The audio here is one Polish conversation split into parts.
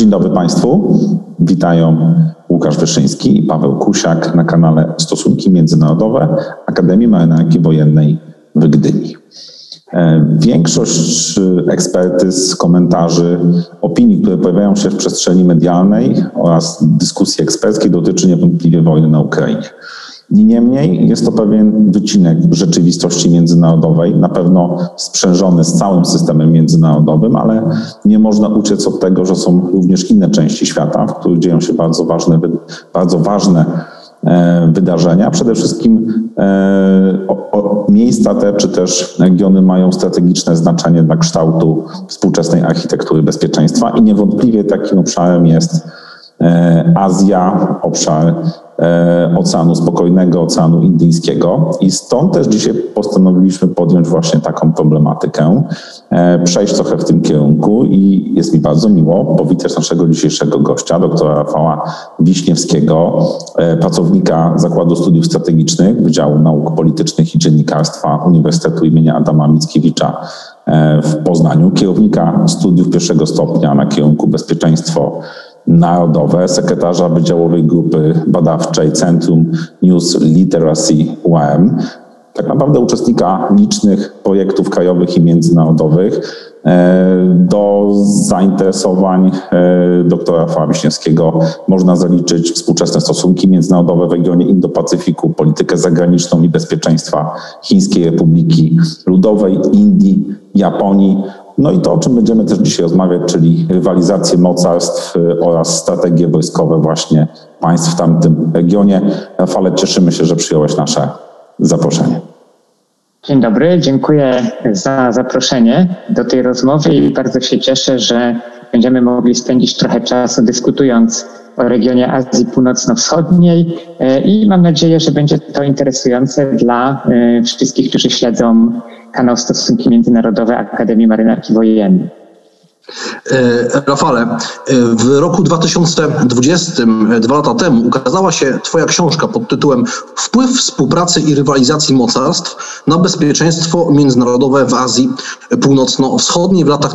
Dzień dobry Państwu. Witają Łukasz Wyszyński i Paweł Kusiak na kanale Stosunki Międzynarodowe Akademii Marynarki Wojennej w Gdyni. Większość ekspertyz, komentarzy, opinii, które pojawiają się w przestrzeni medialnej oraz dyskusji eksperckiej dotyczy niewątpliwie wojny na Ukrainie. Niemniej jest to pewien wycinek rzeczywistości międzynarodowej, na pewno sprzężony z całym systemem międzynarodowym, ale nie można uciec od tego, że są również inne części świata, w których dzieją się bardzo ważne wydarzenia. Przede wszystkim miejsca te, czy też regiony mają strategiczne znaczenie dla kształtu współczesnej architektury bezpieczeństwa i niewątpliwie takim obszarem jest Azja, obszar Oceanu Spokojnego, Oceanu Indyjskiego i stąd też dzisiaj postanowiliśmy podjąć właśnie taką problematykę, przejść trochę w tym kierunku i jest mi bardzo miło powitać naszego dzisiejszego gościa, doktora Rafała Wiśniewskiego, pracownika Zakładu Studiów Strategicznych Wydziału Nauk Politycznych i Dziennikarstwa Uniwersytetu im. Adama Mickiewicza w Poznaniu, kierownika studiów pierwszego stopnia na kierunku Bezpieczeństwo Narodowe, sekretarza Wydziałowej Grupy Badawczej Centrum News Literacy UAM, tak naprawdę uczestnika licznych projektów krajowych i międzynarodowych. Do zainteresowań doktora Rafała Wiśniewskiego można zaliczyć współczesne stosunki międzynarodowe w regionie Indo-Pacyfiku, politykę zagraniczną i bezpieczeństwa Chińskiej Republiki Ludowej, Indii, Japonii. No i to, o czym będziemy też dzisiaj rozmawiać, czyli rywalizację mocarstw oraz strategie wojskowe właśnie państw w tamtym regionie. Rafale, cieszymy się, że przyjąłeś nasze zaproszenie. Dzień dobry, dziękuję za zaproszenie do tej rozmowy i bardzo się cieszę, że będziemy mogli spędzić trochę czasu dyskutując o regionie Azji Północno-Wschodniej i mam nadzieję, że będzie to interesujące dla wszystkich, którzy śledzą kanał Stosunki Międzynarodowe Akademii Marynarki Wojennej. Rafale, w roku 2020, 2 lata temu, ukazała się Twoja książka pod tytułem Wpływ współpracy i rywalizacji mocarstw na bezpieczeństwo międzynarodowe w Azji Północno-Wschodniej w latach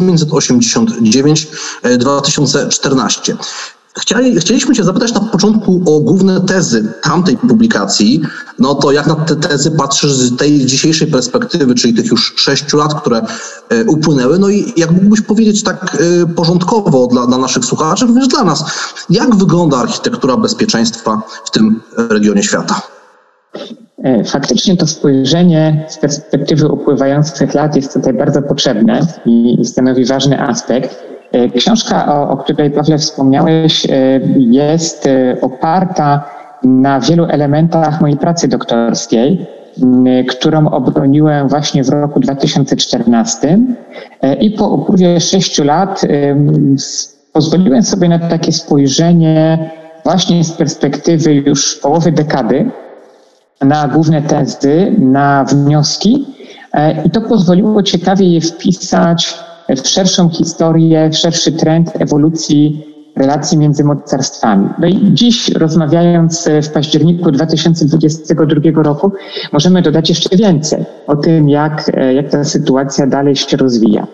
1989-2014. Chcieliśmy Cię zapytać na początku o główne tezy tamtej publikacji. No to jak na te tezy patrzysz z tej dzisiejszej perspektywy, czyli tych już 6 lat, które upłynęły. No i jak mógłbyś powiedzieć tak porządkowo dla naszych słuchaczy, również dla nas, jak wygląda architektura bezpieczeństwa w tym regionie świata? Faktycznie to spojrzenie z perspektywy upływających lat jest tutaj bardzo potrzebne i stanowi ważny aspekt. Książka, o której, Pawle, wspomniałeś, jest oparta na wielu elementach mojej pracy doktorskiej, którą obroniłem właśnie w roku 2014 i po upływie 6 lat pozwoliłem sobie na takie spojrzenie właśnie z perspektywy już połowy dekady na główne tezy, na wnioski i to pozwoliło ciekawie je wpisać w szerszą historię, w szerszy trend ewolucji relacji między mocarstwami. No i dziś, rozmawiając w październiku 2022 roku, możemy dodać jeszcze więcej o tym, jak ta sytuacja dalej się rozwija.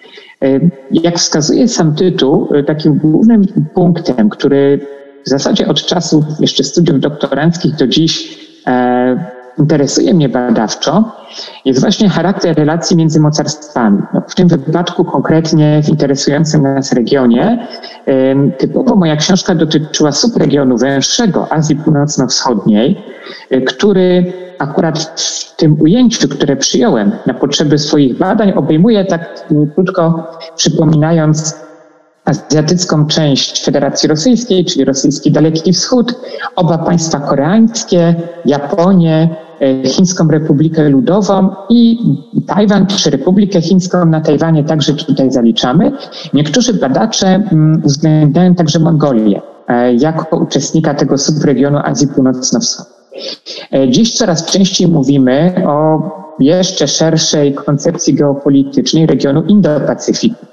Jak wskazuje sam tytuł, takim głównym punktem, który w zasadzie od czasów jeszcze studiów doktoranckich do dziś interesuje mnie badawczo, jest właśnie charakter relacji między mocarstwami. No, w tym wypadku konkretnie w interesującym nas regionie typowo moja książka dotyczyła subregionu węższego Azji Północno-Wschodniej, który akurat w tym ujęciu, które przyjąłem na potrzeby swoich badań, obejmuje, tak krótko przypominając, azjatycką część Federacji Rosyjskiej, czyli rosyjski Daleki Wschód, oba państwa koreańskie, Japonię, Chińską Republikę Ludową i Tajwan, czy Republikę Chińską na Tajwanie także tutaj zaliczamy. Niektórzy badacze uwzględniają także Mongolię jako uczestnika tego subregionu Azji Północno-Wschodniej. Dziś coraz częściej mówimy o jeszcze szerszej koncepcji geopolitycznej regionu Indo-Pacyfiku,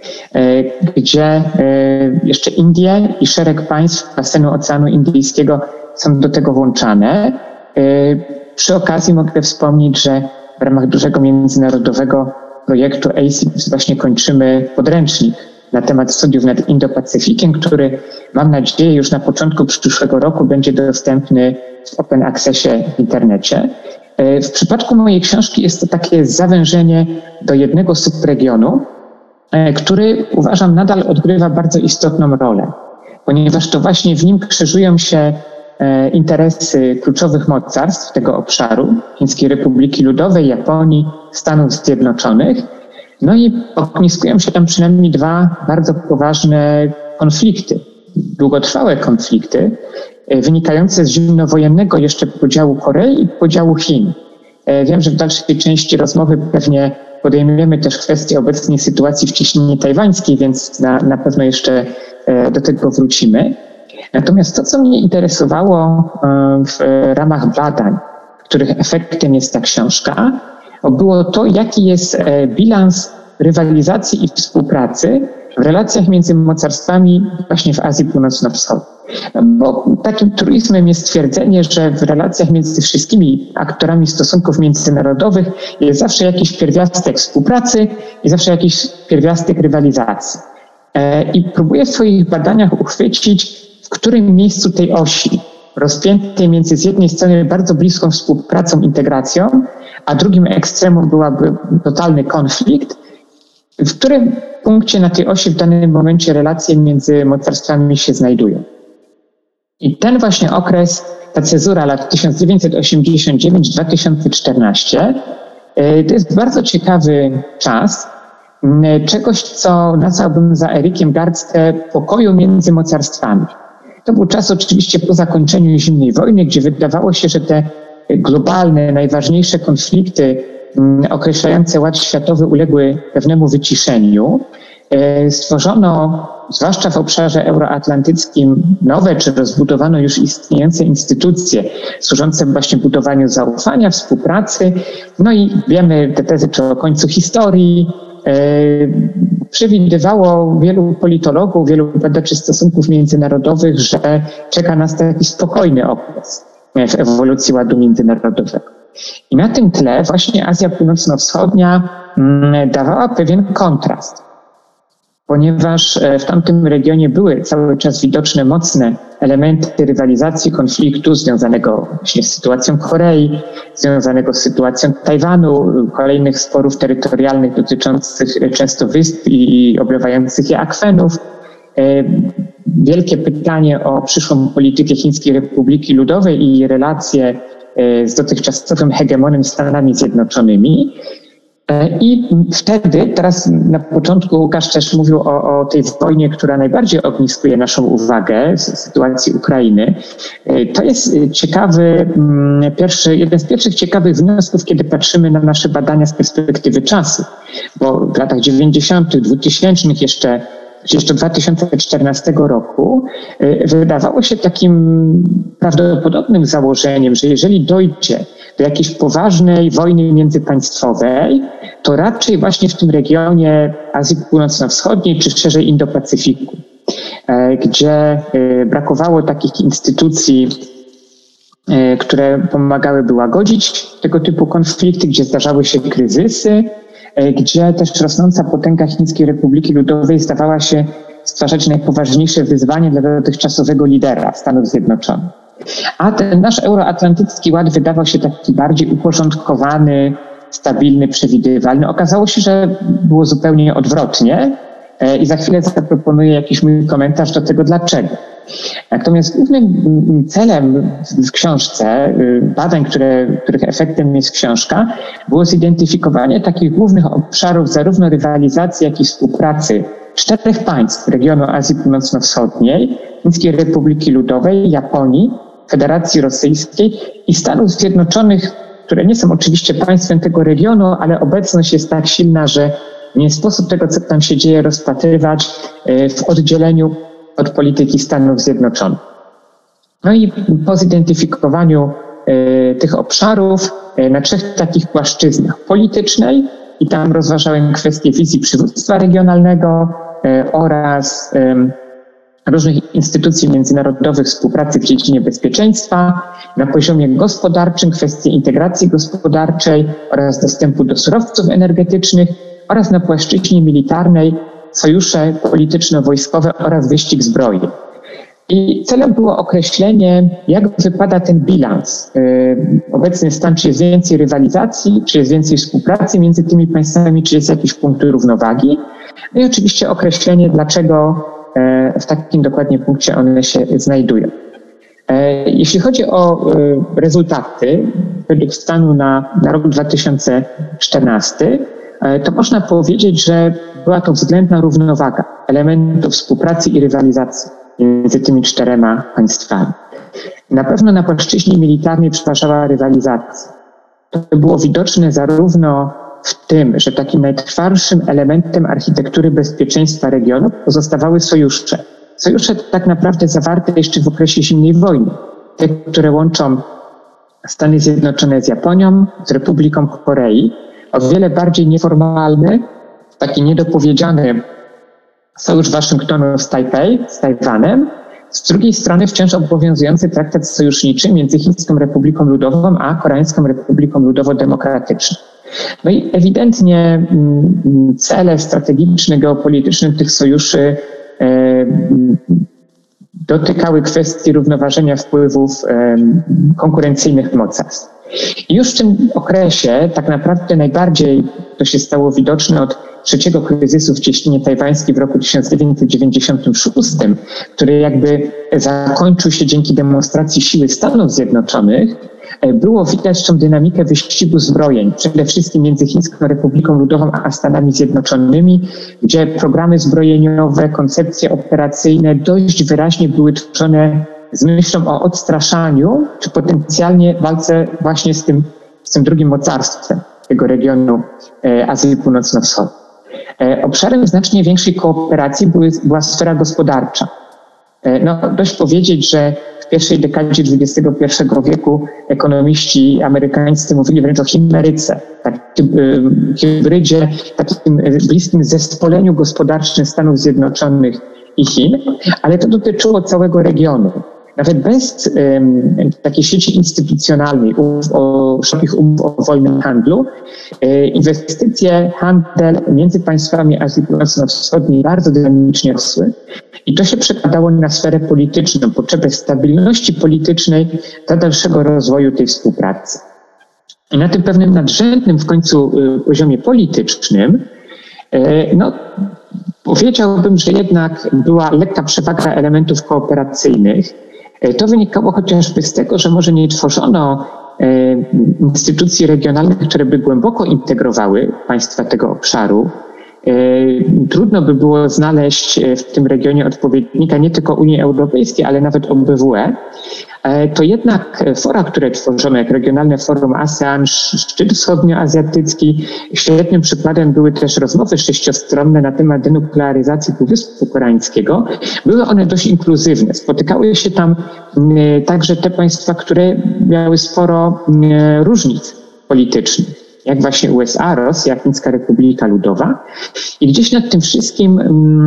gdzie jeszcze Indie i szereg państw basenu Oceanu Indyjskiego są do tego włączane. Przy okazji mogę wspomnieć, że w ramach dużego międzynarodowego projektu ACIPS właśnie kończymy podręcznik na temat studiów nad Indo-Pacyfikiem, który mam nadzieję już na początku przyszłego roku będzie dostępny w Open Accessie w internecie. W przypadku mojej książki jest to takie zawężenie do jednego subregionu, który uważam nadal odgrywa bardzo istotną rolę, ponieważ to właśnie w nim krzyżują się interesy kluczowych mocarstw tego obszaru, Chińskiej Republiki Ludowej, Japonii, Stanów Zjednoczonych. No i ogniskują się tam przynajmniej dwa bardzo poważne konflikty, długotrwałe konflikty, wynikające z zimnowojennego jeszcze podziału Korei i podziału Chin. Wiem, że w dalszej części rozmowy pewnie podejmiemy też kwestię obecnej sytuacji w cieśninie tajwańskiej, więc na pewno jeszcze do tego wrócimy. Natomiast to, co mnie interesowało w ramach badań, których efektem jest ta książka, było to, jaki jest bilans rywalizacji i współpracy w relacjach między mocarstwami właśnie w Azji Północno-Wschodniej. Bo takim truizmem jest stwierdzenie, że w relacjach między wszystkimi aktorami stosunków międzynarodowych jest zawsze jakiś pierwiastek współpracy i zawsze jakiś pierwiastek rywalizacji. I próbuję w swoich badaniach uchwycić, w którym miejscu tej osi, rozpiętej między z jednej strony bardzo bliską współpracą, integracją, a drugim ekstremum byłaby totalny konflikt, w którym punkcie na tej osi w danym momencie relacje między mocarstwami się znajdują. I ten właśnie okres, ta cezura lat 1989-2014, to jest bardzo ciekawy czas czegoś, co nazwałbym za Erikiem Garstkę pokoju między mocarstwami. To był czas oczywiście po zakończeniu zimnej wojny, gdzie wydawało się, że te globalne, najważniejsze konflikty określające ład światowy uległy pewnemu wyciszeniu. Stworzono, zwłaszcza w obszarze euroatlantyckim, nowe czy rozbudowano już istniejące instytucje służące właśnie budowaniu zaufania, współpracy. No i wiemy te tezy czy o końcu historii. Przewidywało wielu politologów, wielu badaczy stosunków międzynarodowych, że czeka nas taki spokojny okres w ewolucji ładu międzynarodowego. I na tym tle właśnie Azja Północno-Wschodnia dawała pewien kontrast, ponieważ w tamtym regionie były cały czas widoczne mocne elementy rywalizacji, konfliktu związanego właśnie z sytuacją Korei, związanego z sytuacją Tajwanu, kolejnych sporów terytorialnych dotyczących często wysp i oblewających je akwenów. Wielkie pytanie o przyszłą politykę Chińskiej Republiki Ludowej i jej relacje z dotychczasowym hegemonem Stanami Zjednoczonymi. I wtedy, teraz na początku Łukasz też mówił o tej wojnie, która najbardziej ogniskuje naszą uwagę, sytuacji Ukrainy. To jest ciekawy, jeden z pierwszych ciekawych wniosków, kiedy patrzymy na nasze badania z perspektywy czasu, bo w latach 90., 2000 jeszcze gdzieś do 2014 roku wydawało się takim prawdopodobnym założeniem, że jeżeli dojdzie do jakiejś poważnej wojny międzypaństwowej, to raczej właśnie w tym regionie Azji Północno-Wschodniej czy szerzej Indo-Pacyfiku, gdzie brakowało takich instytucji, które pomagałyby łagodzić tego typu konflikty, gdzie zdarzały się kryzysy, gdzie też rosnąca potęga Chińskiej Republiki Ludowej zdawała się stwarzać najpoważniejsze wyzwanie dla dotychczasowego lidera Stanów Zjednoczonych. A ten nasz euroatlantycki ład wydawał się taki bardziej uporządkowany, stabilny, przewidywalny. Okazało się, że było zupełnie odwrotnie i za chwilę zaproponuję jakiś mój komentarz do tego dlaczego. Natomiast głównym celem w książce, badań, których efektem jest książka, było zidentyfikowanie takich głównych obszarów zarówno rywalizacji, jak i współpracy 4 państw regionu Azji Północno-Wschodniej, Chińskiej Republiki Ludowej, Japonii, Federacji Rosyjskiej i Stanów Zjednoczonych, które nie są oczywiście państwem tego regionu, ale obecność jest tak silna, że nie sposób tego, co tam się dzieje, rozpatrywać w oddzieleniu od polityki Stanów Zjednoczonych. No i po zidentyfikowaniu tych obszarów na 3 takich płaszczyznach: politycznej, i tam rozważałem kwestię wizji przywództwa regionalnego oraz różnych instytucji międzynarodowych współpracy w dziedzinie bezpieczeństwa, na poziomie gospodarczym kwestie integracji gospodarczej oraz dostępu do surowców energetycznych oraz na płaszczyźnie militarnej sojusze polityczno-wojskowe oraz wyścig zbrojny. I celem było określenie, jak wypada ten bilans. Obecny stan, czy jest więcej rywalizacji, czy jest więcej współpracy między tymi państwami, czy jest jakiś punkt równowagi. No i oczywiście określenie, dlaczego w takim dokładnie punkcie one się znajdują. Jeśli chodzi o rezultaty według stanu na rok 2014, to można powiedzieć, że była to względna równowaga elementów współpracy i rywalizacji między tymi 4 państwami. Na pewno na płaszczyźnie militarnej przeważała rywalizacja. To było widoczne zarówno w tym, że takim najtrwalszym elementem architektury bezpieczeństwa regionu pozostawały sojusze. Sojusze tak naprawdę zawarte jeszcze w okresie zimnej wojny. Te, które łączą Stany Zjednoczone z Japonią, z Republiką Korei, o wiele bardziej nieformalny, taki niedopowiedziany sojusz Waszyngtonu z Tajpej, z Tajwanem, z drugiej strony wciąż obowiązujący traktat sojuszniczy między Chińską Republiką Ludową a Koreańską Republiką Ludowo-Demokratyczną. No i ewidentnie cele strategiczne, geopolityczne tych sojuszy dotykały kwestii równoważenia wpływów konkurencyjnych mocarstw. I już w tym okresie tak naprawdę najbardziej to się stało widoczne od trzeciego kryzysu w cieśninie tajwańskiej w roku 1996, który jakby zakończył się dzięki demonstracji siły Stanów Zjednoczonych. Było widać tą dynamikę wyścigu zbrojeń, przede wszystkim między Chińską Republiką Ludową a Stanami Zjednoczonymi, gdzie programy zbrojeniowe, koncepcje operacyjne dość wyraźnie były tworzone z myślą o odstraszaniu, czy potencjalnie walce właśnie z tym drugim mocarstwem tego regionu Azji Północno-Wschodniej. Obszarem znacznie większej kooperacji była sfera gospodarcza. No, dość powiedzieć, że w pierwszej dekadzie XXI wieku ekonomiści amerykańscy mówili wręcz o chimeryce, takim hybrydzie, takim bliskim zespoleniu gospodarczym Stanów Zjednoczonych i Chin, ale to dotyczyło całego regionu. Nawet bez takiej sieci instytucjonalnej, szerokich umów o wolnym handlu, inwestycje, handel między państwami Azji Północno-Wschodniej bardzo dynamicznie rosły i to się przekładało na sferę polityczną, potrzebę stabilności politycznej dla dalszego rozwoju tej współpracy. I na tym pewnym nadrzędnym w końcu poziomie politycznym, no, powiedziałbym, że jednak była lekka przewaga elementów kooperacyjnych. To wynikało chociażby z tego, że może nie tworzono instytucji regionalnych, które by głęboko integrowały państwa tego obszaru. Trudno by było znaleźć w tym regionie odpowiednika nie tylko Unii Europejskiej, ale nawet OBWE. To jednak fora, które tworzono, jak Regionalne Forum ASEAN, Szczyt Wschodnioazjatycki, świetnym przykładem były też rozmowy 6-stronne na temat denuklearyzacji Półwyspu Koreańskiego. Były one dość inkluzywne. Spotykały się tam także te państwa, które miały sporo różnic politycznych, jak właśnie USA, Rosja, Chińska Republika Ludowa. I gdzieś nad tym wszystkim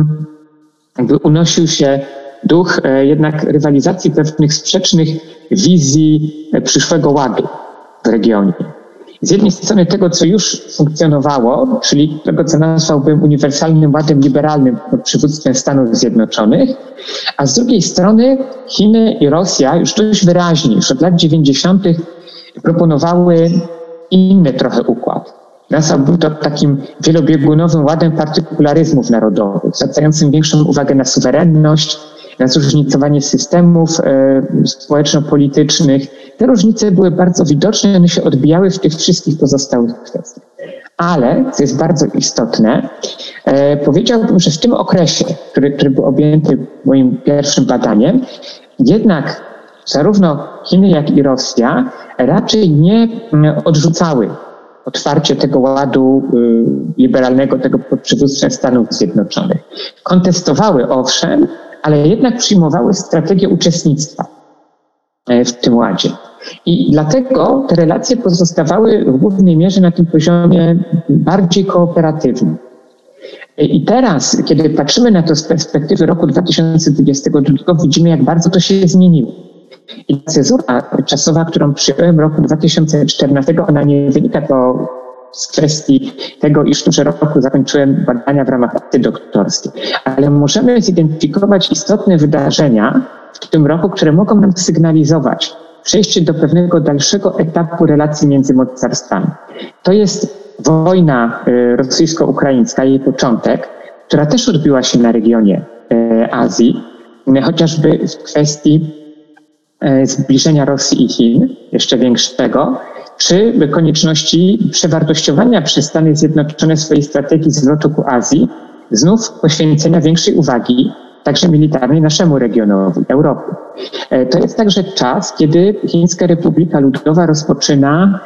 jakby unosił się duch jednak rywalizacji pewnych sprzecznych wizji przyszłego ładu w regionie. Z jednej strony tego, co już funkcjonowało, czyli tego, co nazwałbym uniwersalnym ładem liberalnym pod przywództwem Stanów Zjednoczonych, a z drugiej strony Chiny i Rosja już dość wyraźnie, już od lat 90. proponowały inny trochę układ. Nazwałbym to takim wielobiegunowym ładem partykularyzmów narodowych, zwracającym większą uwagę na suwerenność, na zróżnicowanie systemów społeczno-politycznych. Te różnice były bardzo widoczne, one się odbijały w tych wszystkich pozostałych kwestiach. Ale, co jest bardzo istotne, powiedziałbym, że w tym okresie, który był objęty moim pierwszym badaniem, jednak zarówno Chiny, jak i Rosja raczej nie odrzucały otwarcie tego ładu liberalnego, tego pod przywództwem Stanów Zjednoczonych. Kontestowały, owszem, ale jednak przyjmowały strategię uczestnictwa w tym ładzie. I dlatego te relacje pozostawały w głównej mierze na tym poziomie bardziej kooperatywnym. I teraz, kiedy patrzymy na to z perspektywy roku 2022, widzimy, jak bardzo to się zmieniło. I cezura czasowa, którą przyjąłem w roku 2014, ona nie wynika to z kwestii tego, iż w tym roku zakończyłem badania w ramach pracy doktorskiej. Ale możemy zidentyfikować istotne wydarzenia w tym roku, które mogą nam sygnalizować przejście do pewnego dalszego etapu relacji między mocarstwami. To jest wojna rosyjsko-ukraińska, jej początek, która też odbyła się na regionie Azji, chociażby w kwestii zbliżenia Rosji i Chin, jeszcze większego, czy konieczności przewartościowania przez Stany Zjednoczone swojej strategii zwrotu ku Azji, znów poświęcenia większej uwagi, także militarnej, naszemu regionowi, Europy. To jest także czas, kiedy Chińska Republika Ludowa rozpoczyna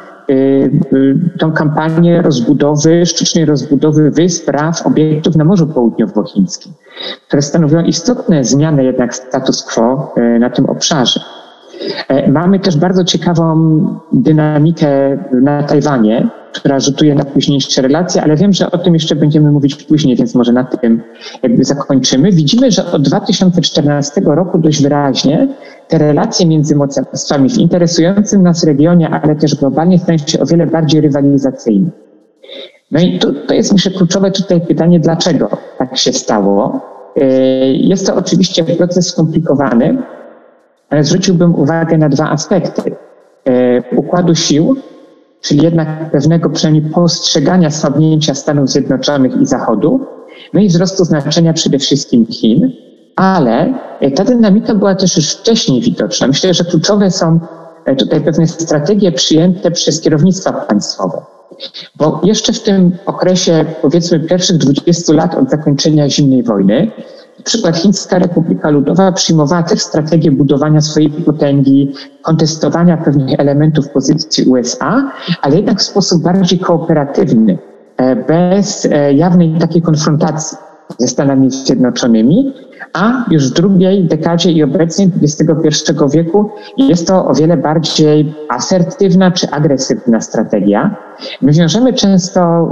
tą kampanię rozbudowy, sztucznej rozbudowy wysp, raf, obiektów na Morzu Południowochińskim, które stanowią istotne zmiany jednak status quo na tym obszarze. Mamy też bardzo ciekawą dynamikę na Tajwanie, która rzutuje na późniejsze relacje, ale wiem, że o tym jeszcze będziemy mówić później, więc może na tym zakończymy. Widzimy, że od 2014 roku dość wyraźnie te relacje między mocarstwami w interesującym nas regionie, ale też globalnie stają się o wiele bardziej rywalizacyjne. No i to jest myślę kluczowe tutaj pytanie, dlaczego tak się stało. Jest to oczywiście proces skomplikowany, ale zwróciłbym uwagę na dwa aspekty. Układu sił, czyli jednak pewnego przynajmniej postrzegania słabnięcia Stanów Zjednoczonych i Zachodu, no i wzrostu znaczenia przede wszystkim Chin, ale ta dynamika była też już wcześniej widoczna. Myślę, że kluczowe są tutaj pewne strategie przyjęte przez kierownictwa państwowe. Bo jeszcze w tym okresie, powiedzmy, pierwszych 20 lat od zakończenia zimnej wojny, na przykład Chińska Republika Ludowa przyjmowała też strategię budowania swojej potęgi, kontestowania pewnych elementów pozycji USA, ale jednak w sposób bardziej kooperatywny, bez jawnej takiej konfrontacji ze Stanami Zjednoczonymi, a już w drugiej dekadzie i obecnie XXI wieku jest to o wiele bardziej asertywna czy agresywna strategia. My wiążemy często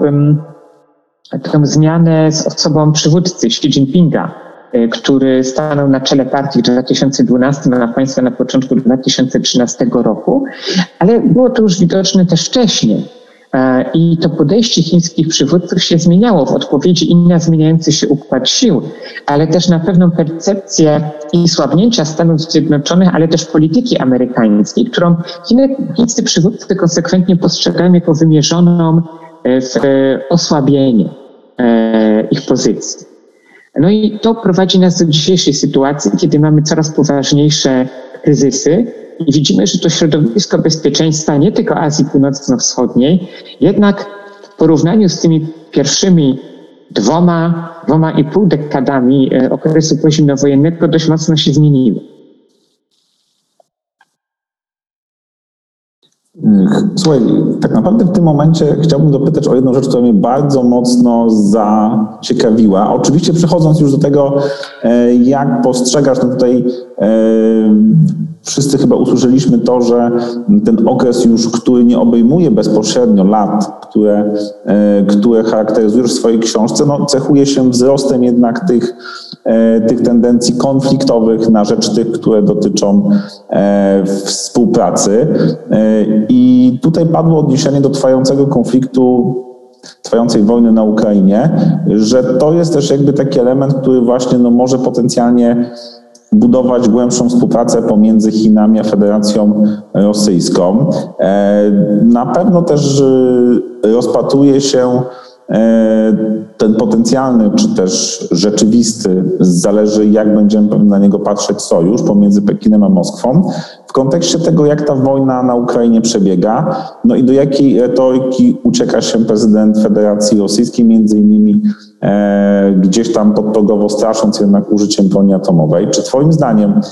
tę zmianę z osobą przywódcy Xi Jinpinga, który stanął na czele partii w 2012, a państwa na początku 2013 roku, ale było to już widoczne też wcześniej. I to podejście chińskich przywódców się zmieniało w odpowiedzi i na zmieniający się układ sił, ale też na pewną percepcję i słabnięcia Stanów Zjednoczonych, ale też polityki amerykańskiej, którą chińscy przywódcy konsekwentnie postrzegają jako wymierzoną w osłabienie ich pozycji. No i to prowadzi nas do dzisiejszej sytuacji, kiedy mamy coraz poważniejsze kryzysy i widzimy, że to środowisko bezpieczeństwa nie tylko Azji Północno-Wschodniej, jednak w porównaniu z tymi pierwszymi dwoma i pół dekadami okresu pozimnowojennego dość mocno się zmieniło. Słuchaj, tak naprawdę w tym momencie chciałbym dopytać o jedną rzecz, która mnie bardzo mocno zaciekawiła. Oczywiście przechodząc już do tego, jak postrzegasz, no tutaj wszyscy chyba usłyszeliśmy to, że ten okres już, który nie obejmuje bezpośrednio lat, które charakteryzujesz w swojej książce, no cechuje się wzrostem jednak tych tendencji konfliktowych na rzecz tych, które dotyczą współpracy. I tutaj padło odniesienie do trwającego konfliktu, trwającej wojny na Ukrainie, że to jest też jakby taki element, który właśnie no, może potencjalnie budować głębszą współpracę pomiędzy Chinami a Federacją Rosyjską. Na pewno też rozpatruje się ten potencjalny, czy też rzeczywisty, zależy jak będziemy na niego patrzeć, sojusz pomiędzy Pekinem a Moskwą w kontekście tego, jak ta wojna na Ukrainie przebiega, no i do jakiej retoryki ucieka się prezydent Federacji Rosyjskiej, między innymi gdzieś tam podprogowo strasząc jednak użyciem broni atomowej. Czy twoim zdaniem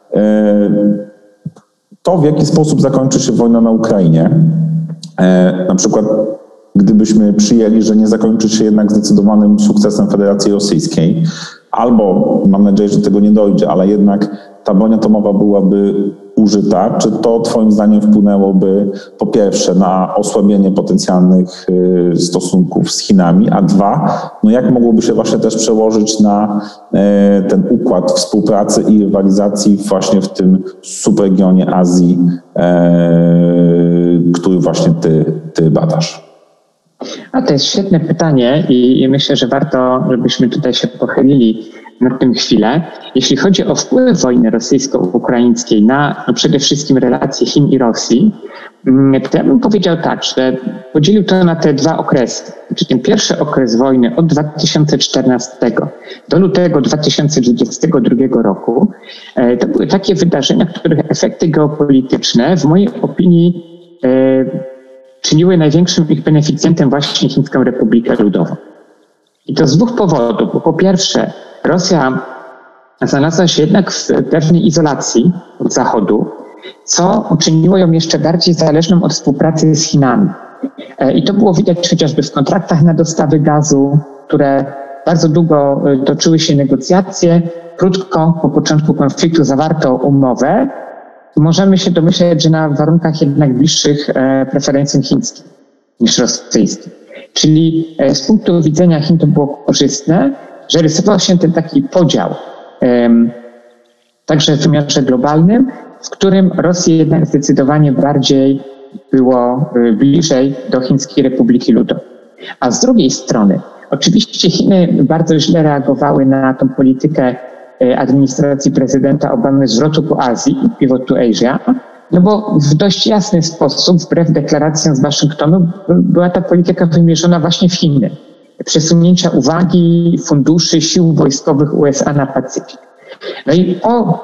to, w jaki sposób zakończy się wojna na Ukrainie, na przykład gdybyśmy przyjęli, że nie zakończy się jednak zdecydowanym sukcesem Federacji Rosyjskiej, albo mam nadzieję, że tego nie dojdzie, ale jednak ta broń atomowa byłaby użyta, czy to twoim zdaniem wpłynęłoby po pierwsze na osłabienie potencjalnych stosunków z Chinami, a dwa, no jak mogłoby się właśnie też przełożyć na ten układ współpracy i rywalizacji właśnie w tym subregionie Azji, który właśnie ty badasz? A to jest świetne pytanie i myślę, że warto, żebyśmy tutaj się pochylili nad tym chwilę. Jeśli chodzi o wpływ wojny rosyjsko-ukraińskiej na przede wszystkim relacje Chin i Rosji, to ja bym powiedział tak, że podzielił to na te dwa okresy. Czyli ten pierwszy okres wojny od 2014 do lutego 2022 roku, to były takie wydarzenia, których efekty geopolityczne w mojej opinii czyniły największym ich beneficjentem właśnie Chińską Republikę Ludową. I to z dwóch powodów. Bo po pierwsze, Rosja znalazła się jednak w pewnej izolacji od Zachodu, co uczyniło ją jeszcze bardziej zależną od współpracy z Chinami. I to było widać chociażby w kontraktach na dostawy gazu, które bardzo długo toczyły się negocjacje. Krótko po początku konfliktu zawarto umowę. Możemy się domyśleć, że na warunkach jednak bliższych preferencjom chińskim niż rosyjskim. Czyli z punktu widzenia Chin to było korzystne, że rysował się ten taki podział, także w wymiarze globalnym, w którym Rosji jednak zdecydowanie bardziej było bliżej do Chińskiej Republiki Ludowej. A z drugiej strony, oczywiście Chiny bardzo źle reagowały na tą politykę administracji prezydenta Obamy zwrotu po Azji, pivot to Asia, no bo w dość jasny sposób, wbrew deklaracjom z Waszyngtonu, była ta polityka wymierzona właśnie w Chiny. Przesunięcia uwagi, funduszy, sił wojskowych USA na Pacyfik. No i po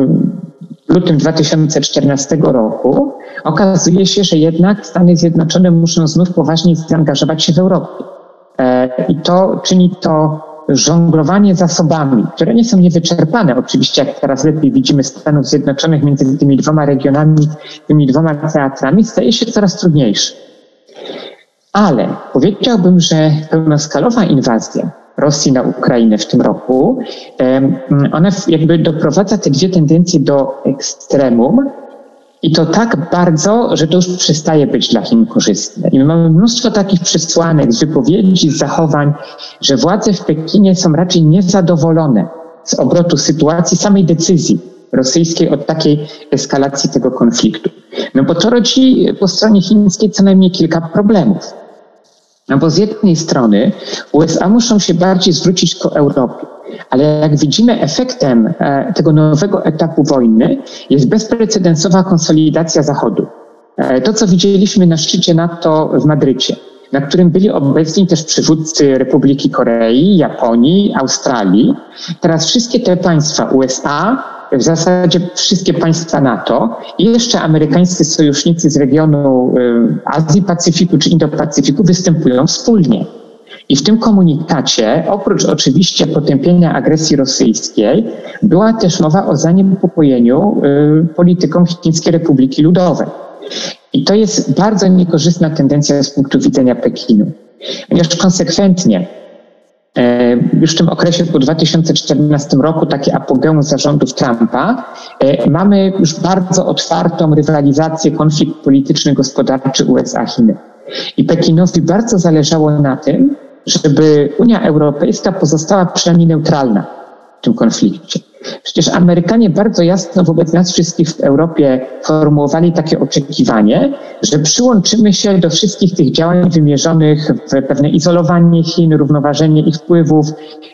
lutym 2014 roku okazuje się, że jednak Stany Zjednoczone muszą znów poważnie zaangażować się w Europie. I to czyni to żonglowanie zasobami, które nie są niewyczerpane. Oczywiście, jak teraz lepiej widzimy Stanów Zjednoczonych między tymi dwoma regionami, tymi dwoma teatrami, staje się coraz trudniejsze. Ale powiedziałbym, że pełnoskalowa inwazja Rosji na Ukrainę w tym roku, ona jakby doprowadza te dwie tendencje do ekstremum i to tak bardzo, że to już przestaje być dla Chin korzystne. I my mamy mnóstwo takich przesłanek z wypowiedzi, z zachowań, że władze w Pekinie są raczej niezadowolone z obrotu sytuacji, samej decyzji rosyjskiej od takiej eskalacji tego konfliktu. No bo to rodzi po stronie chińskiej co najmniej kilka problemów. No bo z jednej strony USA muszą się bardziej zwrócić ku Europie, ale jak widzimy, efektem tego nowego etapu wojny jest bezprecedensowa konsolidacja Zachodu. To, co widzieliśmy na szczycie NATO w Madrycie, na którym byli obecni też przywódcy Republiki Korei, Japonii, Australii. Teraz wszystkie te państwa USA, w zasadzie wszystkie państwa NATO i jeszcze amerykańscy sojusznicy z regionu Azji, Pacyfiku czy Indo-Pacyfiku występują wspólnie. I w tym komunikacie, oprócz oczywiście potępienia agresji rosyjskiej, była też mowa o zaniepokojeniu polityką Chińskiej Republiki Ludowej. I to jest bardzo niekorzystna tendencja z punktu widzenia Pekinu, ponieważ konsekwentnie już w tym okresie po 2014 roku, takie apogeum zarządów Trumpa, mamy już bardzo otwartą rywalizację, konflikt polityczny, gospodarczy USA-Chiny. I Pekinowi bardzo zależało na tym, żeby Unia Europejska pozostała przynajmniej neutralna w tym konflikcie. Przecież Amerykanie bardzo jasno wobec nas wszystkich w Europie formułowali takie oczekiwanie, że przyłączymy się do wszystkich tych działań wymierzonych w pewne izolowanie Chin, równoważenie ich wpływów,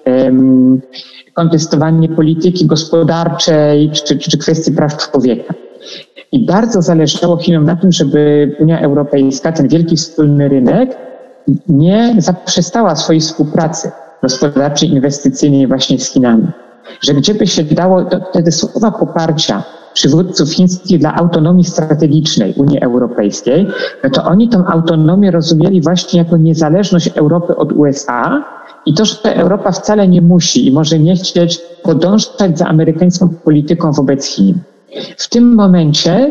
kontestowanie polityki gospodarczej czy kwestii praw człowieka. I bardzo zależało Chinom na tym, żeby Unia Europejska, ten wielki wspólny rynek, nie zaprzestała swojej współpracy gospodarczej, inwestycyjnej właśnie z Chinami. Że gdzie by się dało, te słowa poparcia przywódców chińskich dla autonomii strategicznej Unii Europejskiej, no to oni tą autonomię rozumieli właśnie jako niezależność Europy od USA i to, że Europa wcale nie musi i może nie chcieć podążać za amerykańską polityką wobec Chin. W tym momencie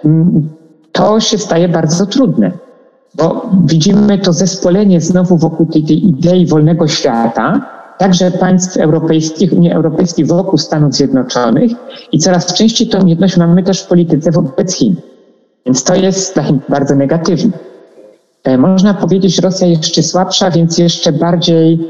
to się staje bardzo trudne, bo widzimy to zespolenie znowu wokół tej idei wolnego świata, także państw europejskich, Unii Europejskiej wokół Stanów Zjednoczonych i coraz częściej tą jedność mamy też w polityce wobec Chin. Więc to jest dla Chin bardzo negatywne. Można powiedzieć, że Rosja jeszcze słabsza, więc jeszcze bardziej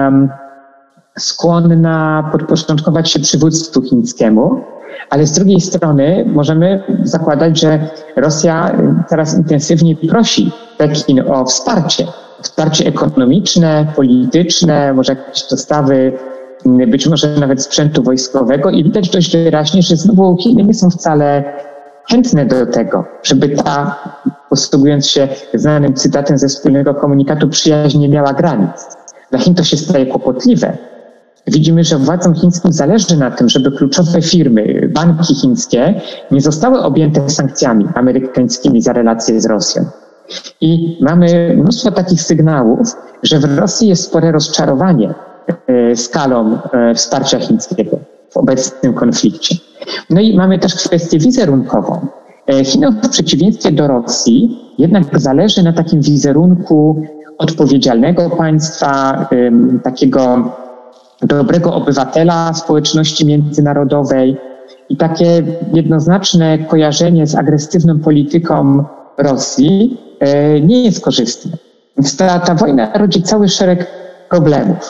skłonna podporządkować się przywództwu chińskiemu, ale z drugiej strony możemy zakładać, że Rosja coraz intensywniej prosi Pekin o wsparcie wsparcie ekonomiczne, polityczne, może jakieś dostawy, być może nawet sprzętu wojskowego i widać dość wyraźnie, że znowu Chiny nie są wcale chętne do tego, żeby ta, posługując się znanym cytatem ze wspólnego komunikatu, przyjaźń nie miała granic. Dla Chin to się staje kłopotliwe. Widzimy, że władzom chińskim zależy na tym, żeby kluczowe firmy, banki chińskie nie zostały objęte sankcjami amerykańskimi za relacje z Rosją. I mamy mnóstwo takich sygnałów, że w Rosji jest spore rozczarowanie skalą wsparcia chińskiego w obecnym konflikcie. No i mamy też kwestię wizerunkową. Chinom w przeciwieństwie do Rosji jednak zależy na takim wizerunku odpowiedzialnego państwa, takiego dobrego obywatela społeczności międzynarodowej i takie jednoznaczne kojarzenie z agresywną polityką Rosji nie jest korzystne. Więc ta wojna rodzi cały szereg problemów.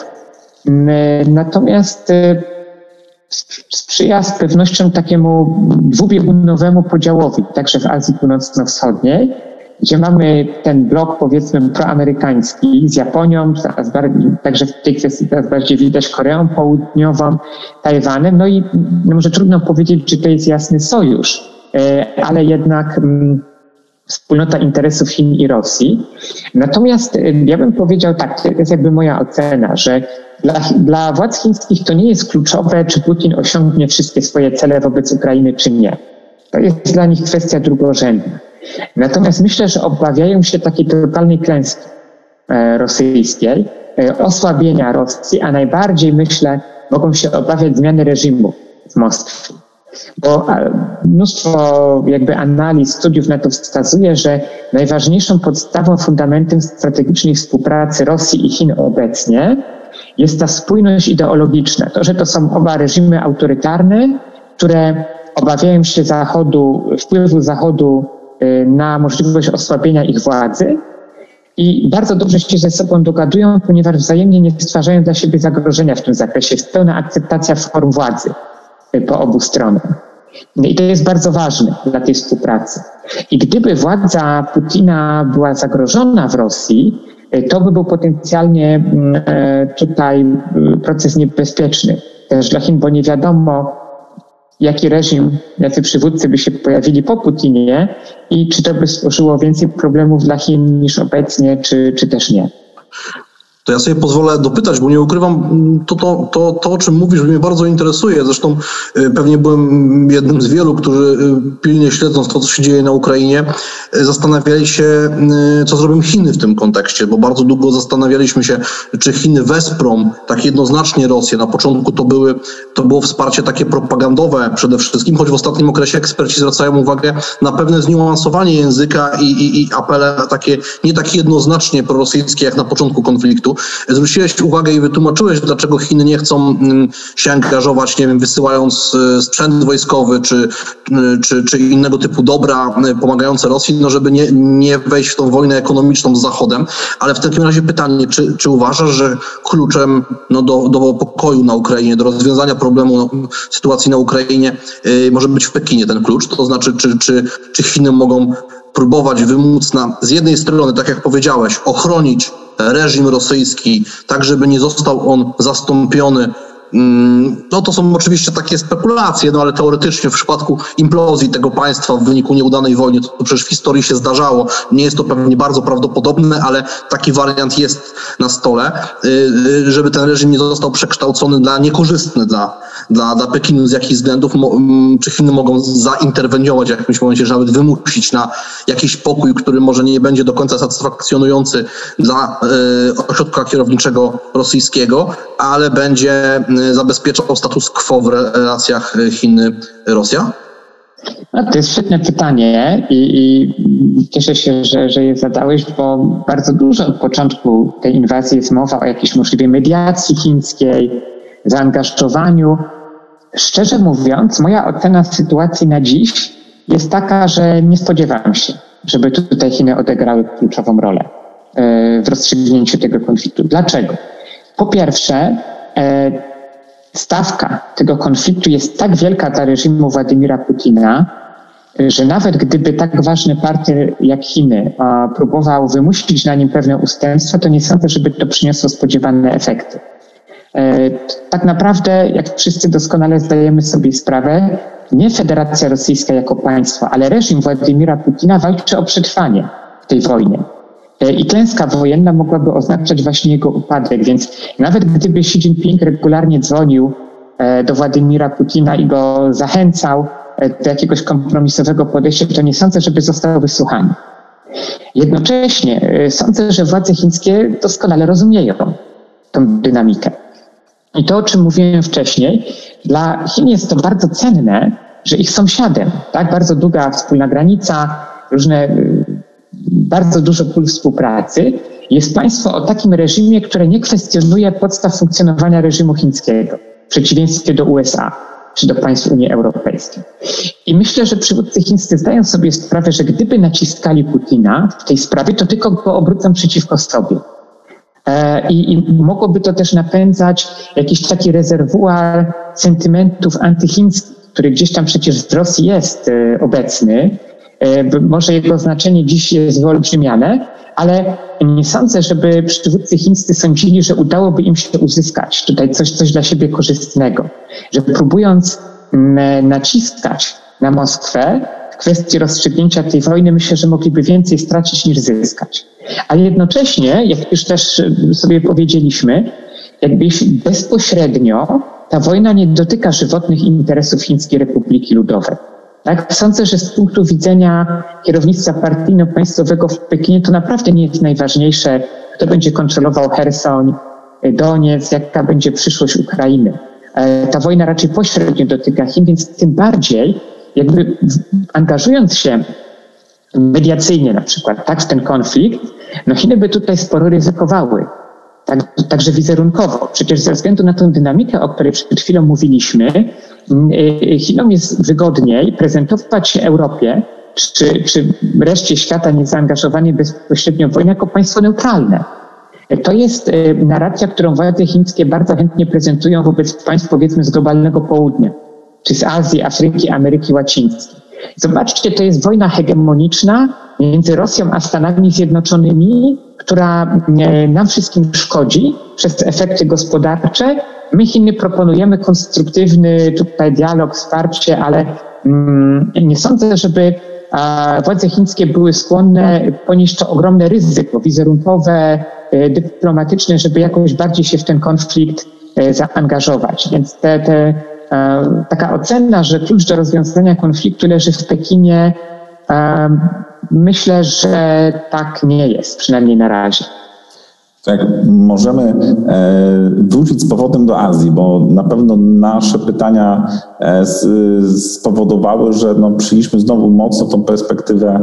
Natomiast sprzyja z pewnością takiemu dwubiegunowemu podziałowi, także w Azji Północno-Wschodniej, gdzie mamy ten blok, powiedzmy, proamerykański z Japonią, także w tej kwestii teraz bardziej widać Koreą Południową, Tajwanem, no i może trudno powiedzieć, że to jest jasny sojusz, ale jednak wspólnota interesów Chin i Rosji. Natomiast ja bym powiedział tak, to jest jakby moja ocena, że dla władz chińskich to nie jest kluczowe, czy Putin osiągnie wszystkie swoje cele wobec Ukrainy, czy nie. To jest dla nich kwestia drugorzędna. Natomiast myślę, że obawiają się takiej totalnej klęski rosyjskiej, osłabienia Rosji, a najbardziej, myślę, mogą się obawiać zmiany reżimu w Moskwie. Bo mnóstwo jakby analiz, studiów na to wskazuje, że najważniejszą podstawą, fundamentem strategicznej współpracy Rosji i Chin obecnie jest ta spójność ideologiczna. To, że to są oba reżimy autorytarne, które obawiają się wpływu Zachodu na możliwość osłabienia ich władzy i bardzo dobrze się ze sobą dogadują, ponieważ wzajemnie nie stwarzają dla siebie zagrożenia w tym zakresie. Jest pełna akceptacja form władzy po obu stronach. I to jest bardzo ważne dla tej współpracy. I gdyby władza Putina była zagrożona w Rosji, to by był potencjalnie tutaj proces niebezpieczny też dla Chin, bo nie wiadomo, jaki reżim, jacy przywódcy by się pojawili po Putinie i czy to by stworzyło więcej problemów dla Chin niż obecnie, czy też nie. To ja sobie pozwolę dopytać, bo nie ukrywam, to o czym mówisz, mnie bardzo interesuje. Zresztą pewnie byłem jednym z wielu, którzy pilnie śledząc to, co się dzieje na Ukrainie, zastanawiali się, co zrobią Chiny w tym kontekście, bo bardzo długo zastanawialiśmy się, czy Chiny wesprą tak jednoznacznie Rosję. Na początku to było wsparcie takie propagandowe przede wszystkim, choć w ostatnim okresie eksperci zwracają uwagę na pewne zniuansowanie języka i apele takie nie tak jednoznacznie prorosyjskie jak na początku konfliktu. Zwróciłeś uwagę i wytłumaczyłeś, dlaczego Chiny nie chcą się angażować, nie wiem, wysyłając sprzęt wojskowy czy innego typu dobra pomagające Rosji, no żeby nie wejść w tą wojnę ekonomiczną z Zachodem. Ale w takim razie pytanie, czy uważasz, że kluczem do pokoju na Ukrainie, do rozwiązania problemu sytuacji na Ukrainie może być w Pekinie ten klucz? To znaczy, czy Chiny mogą próbować wymóc z jednej strony, tak jak powiedziałeś, ochronić reżim rosyjski, tak żeby nie został on zastąpiony. No to są oczywiście takie spekulacje, ale teoretycznie w przypadku implozji tego państwa w wyniku nieudanej wojny, to przecież w historii się zdarzało, nie jest to pewnie bardzo prawdopodobne, ale taki wariant jest na stole, żeby ten reżim nie został przekształcony niekorzystny dla Pekinu z jakichś względów, czy Chiny mogą zainterweniować w jakimś momencie, żeby nawet wymusić na jakiś pokój, który może nie będzie do końca satysfakcjonujący dla ośrodka kierowniczego rosyjskiego, ale będzie zabezpieczał status quo w relacjach Chiny-Rosja? No, to jest świetne pytanie i cieszę się, że je zadałeś, bo bardzo dużo od początku tej inwazji jest mowa o jakiejś możliwej mediacji chińskiej, zaangażowaniu. Szczerze mówiąc, moja ocena sytuacji na dziś jest taka, że nie spodziewam się, żeby tutaj Chiny odegrały kluczową rolę w rozstrzygnięciu tego konfliktu. Dlaczego? Po pierwsze, stawka tego konfliktu jest tak wielka dla reżimu Władimira Putina, że nawet gdyby tak ważny partner jak Chiny próbował wymusić na nim pewne ustępstwa, to nie sądzę, żeby to przyniosło spodziewane efekty. Tak naprawdę, jak wszyscy doskonale zdajemy sobie sprawę, nie Federacja Rosyjska jako państwo, ale reżim Władimira Putina walczy o przetrwanie w tej wojnie. I klęska wojenna mogłaby oznaczać właśnie jego upadek, więc nawet gdyby Xi Jinping regularnie dzwonił do Władimira Putina i go zachęcał do jakiegoś kompromisowego podejścia, to nie sądzę, żeby został wysłuchany. Jednocześnie sądzę, że władze chińskie doskonale rozumieją tą dynamikę. I to, o czym mówiłem wcześniej, dla Chin jest to bardzo cenne, że ich sąsiadem, tak, bardzo długa wspólna granica, bardzo dużo pól współpracy, jest państwo o takim reżimie, które nie kwestionuje podstaw funkcjonowania reżimu chińskiego, w przeciwieństwie do USA czy do państw Unii Europejskiej. I myślę, że przywódcy chińscy zdają sobie sprawę, że gdyby naciskali Putina w tej sprawie, to tylko go obrócą przeciwko sobie. I mogłoby to też napędzać jakiś taki rezerwuar sentymentów antychińskich, który gdzieś tam przecież w Rosji jest obecny. Może jego znaczenie dziś jest wyolbrzymiane, ale nie sądzę, żeby przywódcy chińscy sądzili, że udałoby im się uzyskać tutaj coś dla siebie korzystnego. Że próbując naciskać na Moskwę w kwestii rozstrzygnięcia tej wojny, myślę, że mogliby więcej stracić niż zyskać. Ale jednocześnie, jak już też sobie powiedzieliśmy, bezpośrednio ta wojna nie dotyka żywotnych interesów Chińskiej Republiki Ludowej. Tak? Sądzę, że z punktu widzenia kierownictwa partyjno-państwowego w Pekinie to naprawdę nie jest najważniejsze, kto będzie kontrolował Cherson, Donieck, jaka będzie przyszłość Ukrainy. Ta wojna raczej pośrednio dotyka Chin, więc tym bardziej angażując się mediacyjnie na przykład tak, w ten konflikt, Chiny by tutaj sporo ryzykowały. Także wizerunkowo. Przecież ze względu na tę dynamikę, o której przed chwilą mówiliśmy, Chinom jest wygodniej prezentować się Europie czy reszcie świata niezaangażowanej bezpośrednio w wojnę jako państwo neutralne. To jest narracja, którą władze chińskie bardzo chętnie prezentują wobec państw, powiedzmy, z globalnego południa, czy z Azji, Afryki, Ameryki Łacińskiej. Zobaczcie, to jest wojna hegemoniczna między Rosją a Stanami Zjednoczonymi, która nam wszystkim szkodzi przez efekty gospodarcze. My Chiny proponujemy konstruktywny tutaj dialog, wsparcie, ale nie sądzę, żeby władze chińskie były skłonne ponieść to ogromne ryzyko wizerunkowe, dyplomatyczne, żeby jakoś bardziej się w ten konflikt zaangażować. Więc taka ocena, że klucz do rozwiązania konfliktu leży w Pekinie, myślę, że tak nie jest, przynajmniej na razie. Tak, możemy wrócić z powrotem do Azji, bo na pewno nasze pytania spowodowały, że przyjęliśmy znowu mocno tą perspektywę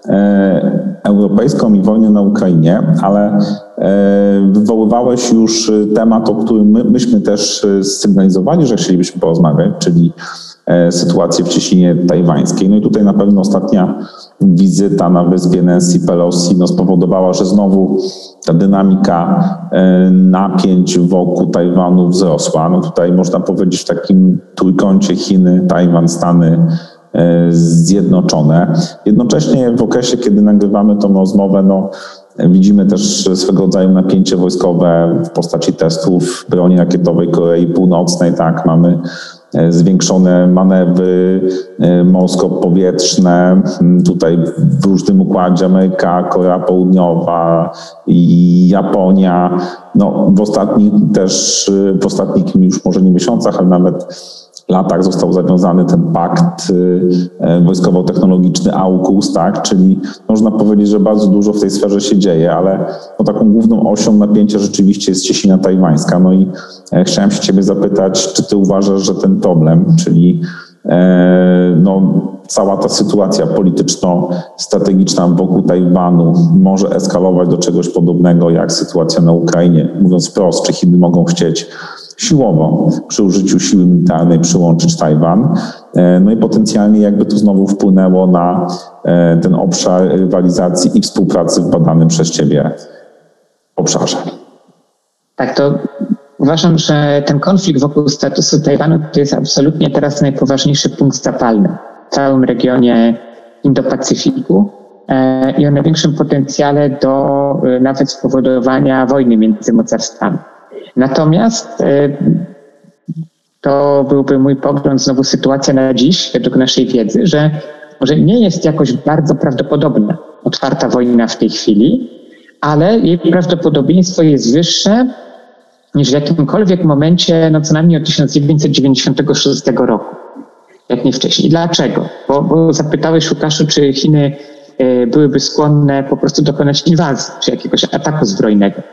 europejską i wojny na Ukrainie, ale wywoływałeś już temat, o którym myśmy też sygnalizowali, że chcielibyśmy porozmawiać, czyli sytuację w Cieśninie Tajwańskiej. No i tutaj na pewno ostatnia wizyta na wyspie Nancy Pelosi spowodowała, że znowu ta dynamika napięć wokół Tajwanu wzrosła. Tutaj można powiedzieć w takim trójkącie Chiny, Tajwan, Stany Zjednoczone. Jednocześnie w okresie, kiedy nagrywamy tą rozmowę, widzimy też swego rodzaju napięcie wojskowe w postaci testów broni rakietowej Korei Północnej. Tak, mamy zwiększone manewry morsko-powietrzne. Tutaj w różnym układzie Ameryka, Korea Południowa i Japonia. W ostatnich już może nie miesiącach, ale nawet latach został zawiązany ten pakt wojskowo-technologiczny AUKUS, tak? Czyli można powiedzieć, że bardzo dużo w tej sferze się dzieje, ale taką główną osią napięcia rzeczywiście jest Cieśnina Tajwańska. I chciałem się ciebie zapytać, czy ty uważasz, że ten problem, czyli cała ta sytuacja polityczno-strategiczna wokół Tajwanu może eskalować do czegoś podobnego jak sytuacja na Ukrainie? Mówiąc wprost, czy Chiny mogą chcieć siłowo przy użyciu siły militarnej przyłączyć Tajwan, i potencjalnie jakby to znowu wpłynęło na ten obszar rywalizacji i współpracy w badanym przez ciebie obszarze. Tak, to uważam, że ten konflikt wokół statusu Tajwanu to jest absolutnie teraz najpoważniejszy punkt zapalny całym regionie Indo-Pacyfiku i o największym potencjale do nawet spowodowania wojny między mocarstwami. Natomiast to byłby mój pogląd, znowu sytuacja na dziś, według naszej wiedzy, że może nie jest jakoś bardzo prawdopodobna otwarta wojna w tej chwili, ale jej prawdopodobieństwo jest wyższe niż w jakimkolwiek momencie, no co najmniej od 1996 roku, jak nie wcześniej. Dlaczego? Bo zapytałeś, Łukaszu, czy Chiny byłyby skłonne po prostu dokonać inwazji, czy jakiegoś ataku zbrojnego.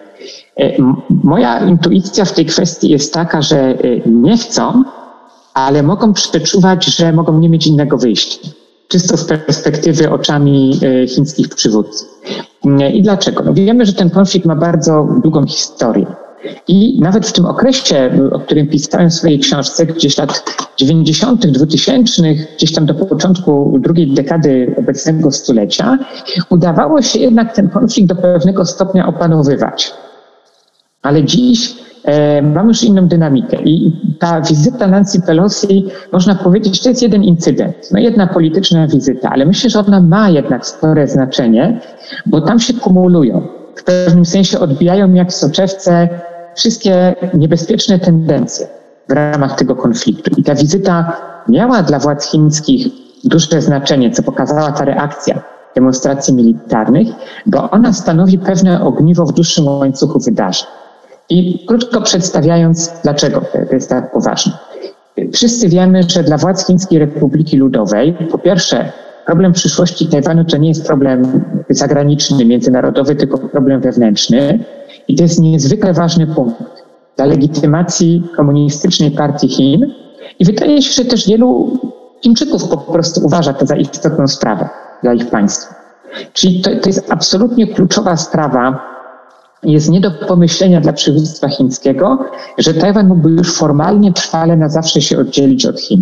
Moja intuicja w tej kwestii jest taka, że nie chcą, ale mogą przeczuwać, że mogą nie mieć innego wyjścia. Czysto z perspektywy oczami chińskich przywódców. I dlaczego? No wiemy, że ten konflikt ma bardzo długą historię. I nawet w tym okresie, o którym pisałem w swojej książce, gdzieś lat 90., 2000, gdzieś tam do początku drugiej dekady obecnego stulecia, udawało się jednak ten konflikt do pewnego stopnia opanowywać. Ale dziś mamy już inną dynamikę i ta wizyta Nancy Pelosi, można powiedzieć, to jest jeden incydent, no jedna polityczna wizyta, ale myślę, że ona ma jednak spore znaczenie, bo tam się kumulują, w pewnym sensie odbijają jak w soczewce wszystkie niebezpieczne tendencje w ramach tego konfliktu. I ta wizyta miała dla władz chińskich duże znaczenie, co pokazała ta reakcja demonstracji militarnych, bo ona stanowi pewne ogniwo w dłuższym łańcuchu wydarzeń. I krótko przedstawiając, dlaczego to jest tak poważne. Wszyscy wiemy, że dla władz Chińskiej Republiki Ludowej, po pierwsze, problem przyszłości Tajwanu to nie jest problem zagraniczny, międzynarodowy, tylko problem wewnętrzny. I to jest niezwykle ważny punkt dla legitymacji komunistycznej partii Chin. I wydaje się, że też wielu Chińczyków po prostu uważa to za istotną sprawę dla ich państwa. Czyli to jest absolutnie kluczowa sprawa. Jest nie do pomyślenia dla przywództwa chińskiego, że Tajwan mógłby już formalnie, trwale na zawsze się oddzielić od Chin.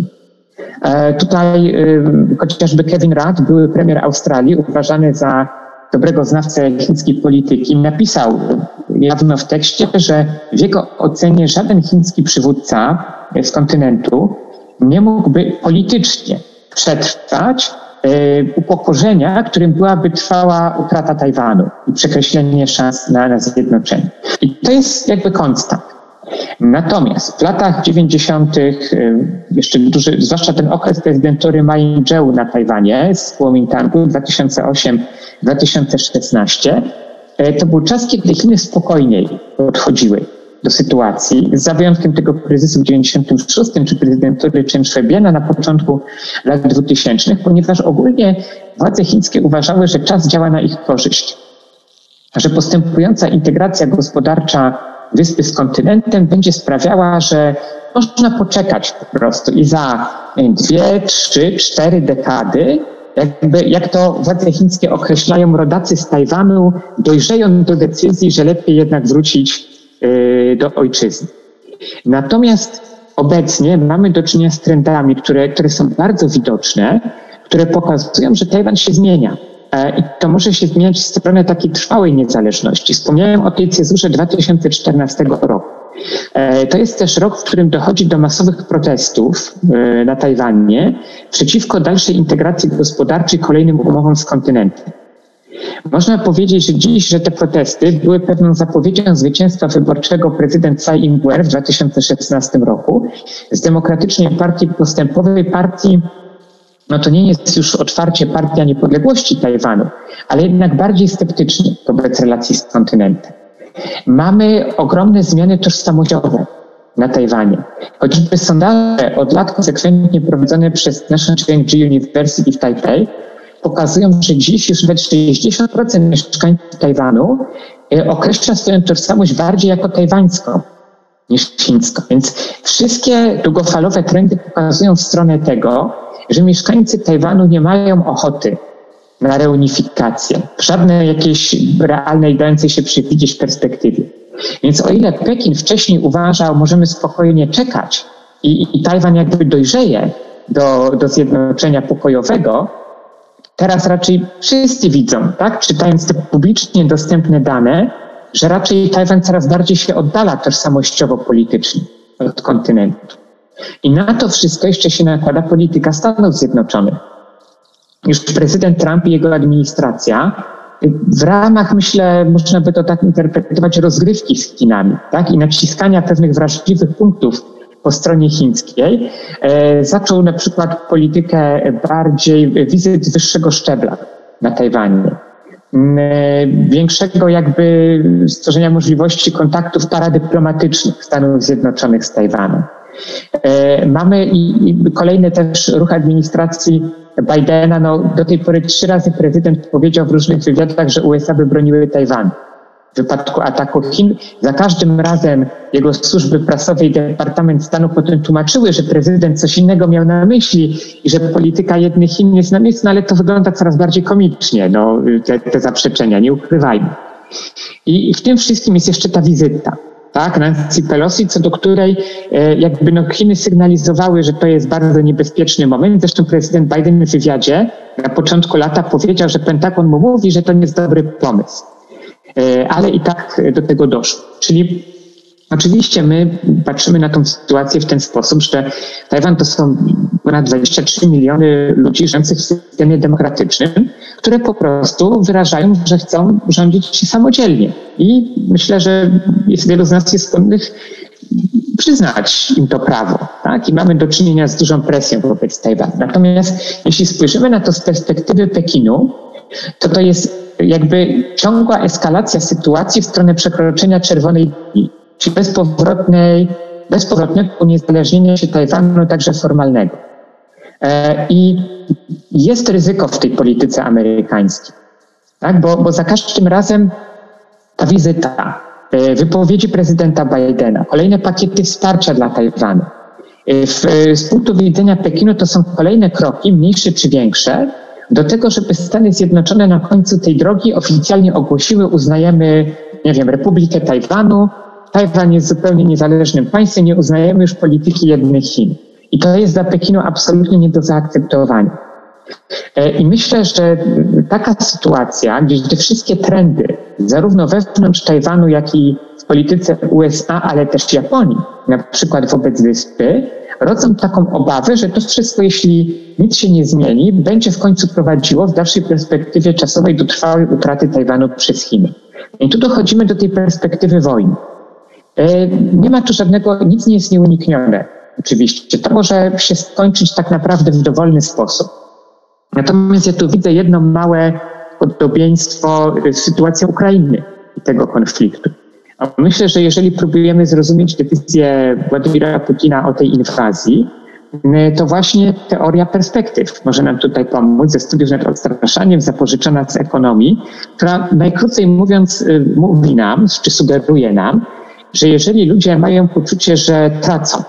Tutaj chociażby Kevin Rudd, były premier Australii, uważany za dobrego znawcę chińskiej polityki, napisał jawno w tekście, że w jego ocenie żaden chiński przywódca z kontynentu nie mógłby politycznie przetrwać upokorzenia, którym byłaby trwała utrata Tajwanu i przekreślenie szans na zjednoczenie. I to jest jakby konstant. Natomiast w latach 90. jeszcze duży, zwłaszcza ten okres prezydentury Ma Ying-jeou na Tajwanie z Kuomintangu 2008-2016, to był czas, kiedy Chiny spokojniej podchodziły do sytuacji, za wyjątkiem tego kryzysu w 96, czy prezydentury Chen Shui-biana na początku lat 2000, ponieważ ogólnie władze chińskie uważały, że czas działa na ich korzyść, że postępująca integracja gospodarcza wyspy z kontynentem będzie sprawiała, że można poczekać po prostu i za 2, 3, 4 dekady, jak to władze chińskie określają, rodacy z Tajwanu dojrzeją do decyzji, że lepiej jednak wrócić do ojczyzny. Natomiast obecnie mamy do czynienia z trendami, które są bardzo widoczne, które pokazują, że Tajwan się zmienia. I to może się zmieniać w stronę takiej trwałej niezależności. Wspomniałem o tej cezurze 2014 roku. To jest też rok, w którym dochodzi do masowych protestów na Tajwanie przeciwko dalszej integracji gospodarczej kolejnym umowom z kontynentem. Można powiedzieć, że dziś, że te protesty były pewną zapowiedzią zwycięstwa wyborczego prezydent Tsai Ing-wen w 2016 roku z Demokratycznej Partii Postępowej, partii, no to nie jest już otwarcie partia niepodległości Tajwanu, ale jednak bardziej sceptycznie wobec relacji z kontynentem. Mamy ogromne zmiany tożsamościowe na Tajwanie. Choćby sondaże od lat konsekwentnie prowadzone przez National Cheng-Ji University w Tajpej pokazują, że dziś już nawet 60% mieszkańców Tajwanu określa swoją tożsamość bardziej jako tajwańską niż chińską. Więc wszystkie długofalowe trendy pokazują w stronę tego, że mieszkańcy Tajwanu nie mają ochoty na reunifikację w żadnej jakiejś realnej, dającej się przewidzieć perspektywie. Więc o ile Pekin wcześniej uważał, możemy spokojnie czekać i Tajwan jakby dojrzeje do zjednoczenia pokojowego, teraz raczej wszyscy widzą, tak, czytając te publicznie dostępne dane, że raczej Tajwan coraz bardziej się oddala tożsamościowo politycznie od kontynentu. I na to wszystko jeszcze się nakłada polityka Stanów Zjednoczonych. Już prezydent Trump i jego administracja w ramach, myślę, można by to tak interpretować, rozgrywki z Chinami, tak, i naciskania pewnych wrażliwych punktów po stronie chińskiej, zaczął na przykład politykę bardziej wizyt wyższego szczebla na Tajwanie, większego jakby stworzenia możliwości kontaktów paradyplomatycznych Stanów Zjednoczonych z Tajwanem. Mamy i kolejny też ruch administracji Bidena. No, do tej pory 3 razy prezydent powiedział w różnych wywiadach, że USA by broniły Tajwanu w wypadku ataku Chin. Za każdym razem jego służby prasowe i Departament Stanu potem tłumaczyły, że prezydent coś innego miał na myśli i że polityka jednych Chin jest na miejscu, no ale to wygląda coraz bardziej komicznie, no, te zaprzeczenia, nie ukrywajmy. I w tym wszystkim jest jeszcze ta wizyta. Tak, Nancy Pelosi, co do której jakby Chiny sygnalizowały, że to jest bardzo niebezpieczny moment. Zresztą prezydent Biden w wywiadzie na początku lata powiedział, że Pentagon mu mówi, że to nie jest dobry pomysł. Ale i tak do tego doszło. Czyli oczywiście my patrzymy na tę sytuację w ten sposób, że Tajwan to są ponad 23 miliony ludzi żyjących w systemie demokratycznym, które po prostu wyrażają, że chcą rządzić samodzielnie. I myślę, że wielu z nas jest skłonnych przyznać im to prawo. Tak? I mamy do czynienia z dużą presją wobec Tajwanu. Natomiast jeśli spojrzymy na to z perspektywy Pekinu, to jest jakby ciągła eskalacja sytuacji w stronę przekroczenia czerwonej linii, czyli bezpowrotnego uniezależnienia się Tajwanu, także formalnego. I jest ryzyko w tej polityce amerykańskiej, tak? Bo za każdym razem ta wizyta, wypowiedzi prezydenta Bidena, kolejne pakiety wsparcia dla Tajwanu, z punktu widzenia Pekinu to są kolejne kroki, mniejsze czy większe, do tego, żeby Stany Zjednoczone na końcu tej drogi oficjalnie ogłosiły, uznajemy, nie wiem, Republikę Tajwanu, Tajwan jest zupełnie niezależnym państwem, nie uznajemy już polityki jednych Chin. I to jest dla Pekinu absolutnie nie do zaakceptowania. I myślę, że taka sytuacja, gdzie te wszystkie trendy, zarówno wewnątrz Tajwanu, jak i w polityce USA, ale też Japonii, na przykład wobec wyspy, rodzą taką obawę, że to wszystko, jeśli nic się nie zmieni, będzie w końcu prowadziło w dalszej perspektywie czasowej do trwałej utraty Tajwanu przez Chiny. I tu dochodzimy do tej perspektywy wojny. Nie ma tu nic nie jest nieuniknione. Oczywiście, to może się skończyć tak naprawdę w dowolny sposób. Natomiast ja tu widzę jedno małe podobieństwo z sytuacją Ukrainy i tego konfliktu. Myślę, że jeżeli próbujemy zrozumieć decyzję Władimira Putina o tej inwazji, to właśnie teoria perspektyw może nam tutaj pomóc, ze studiów nad odstraszaniem, zapożyczona z ekonomii, która najkrócej mówiąc mówi nam, czy sugeruje nam, że jeżeli ludzie mają poczucie, że tracą,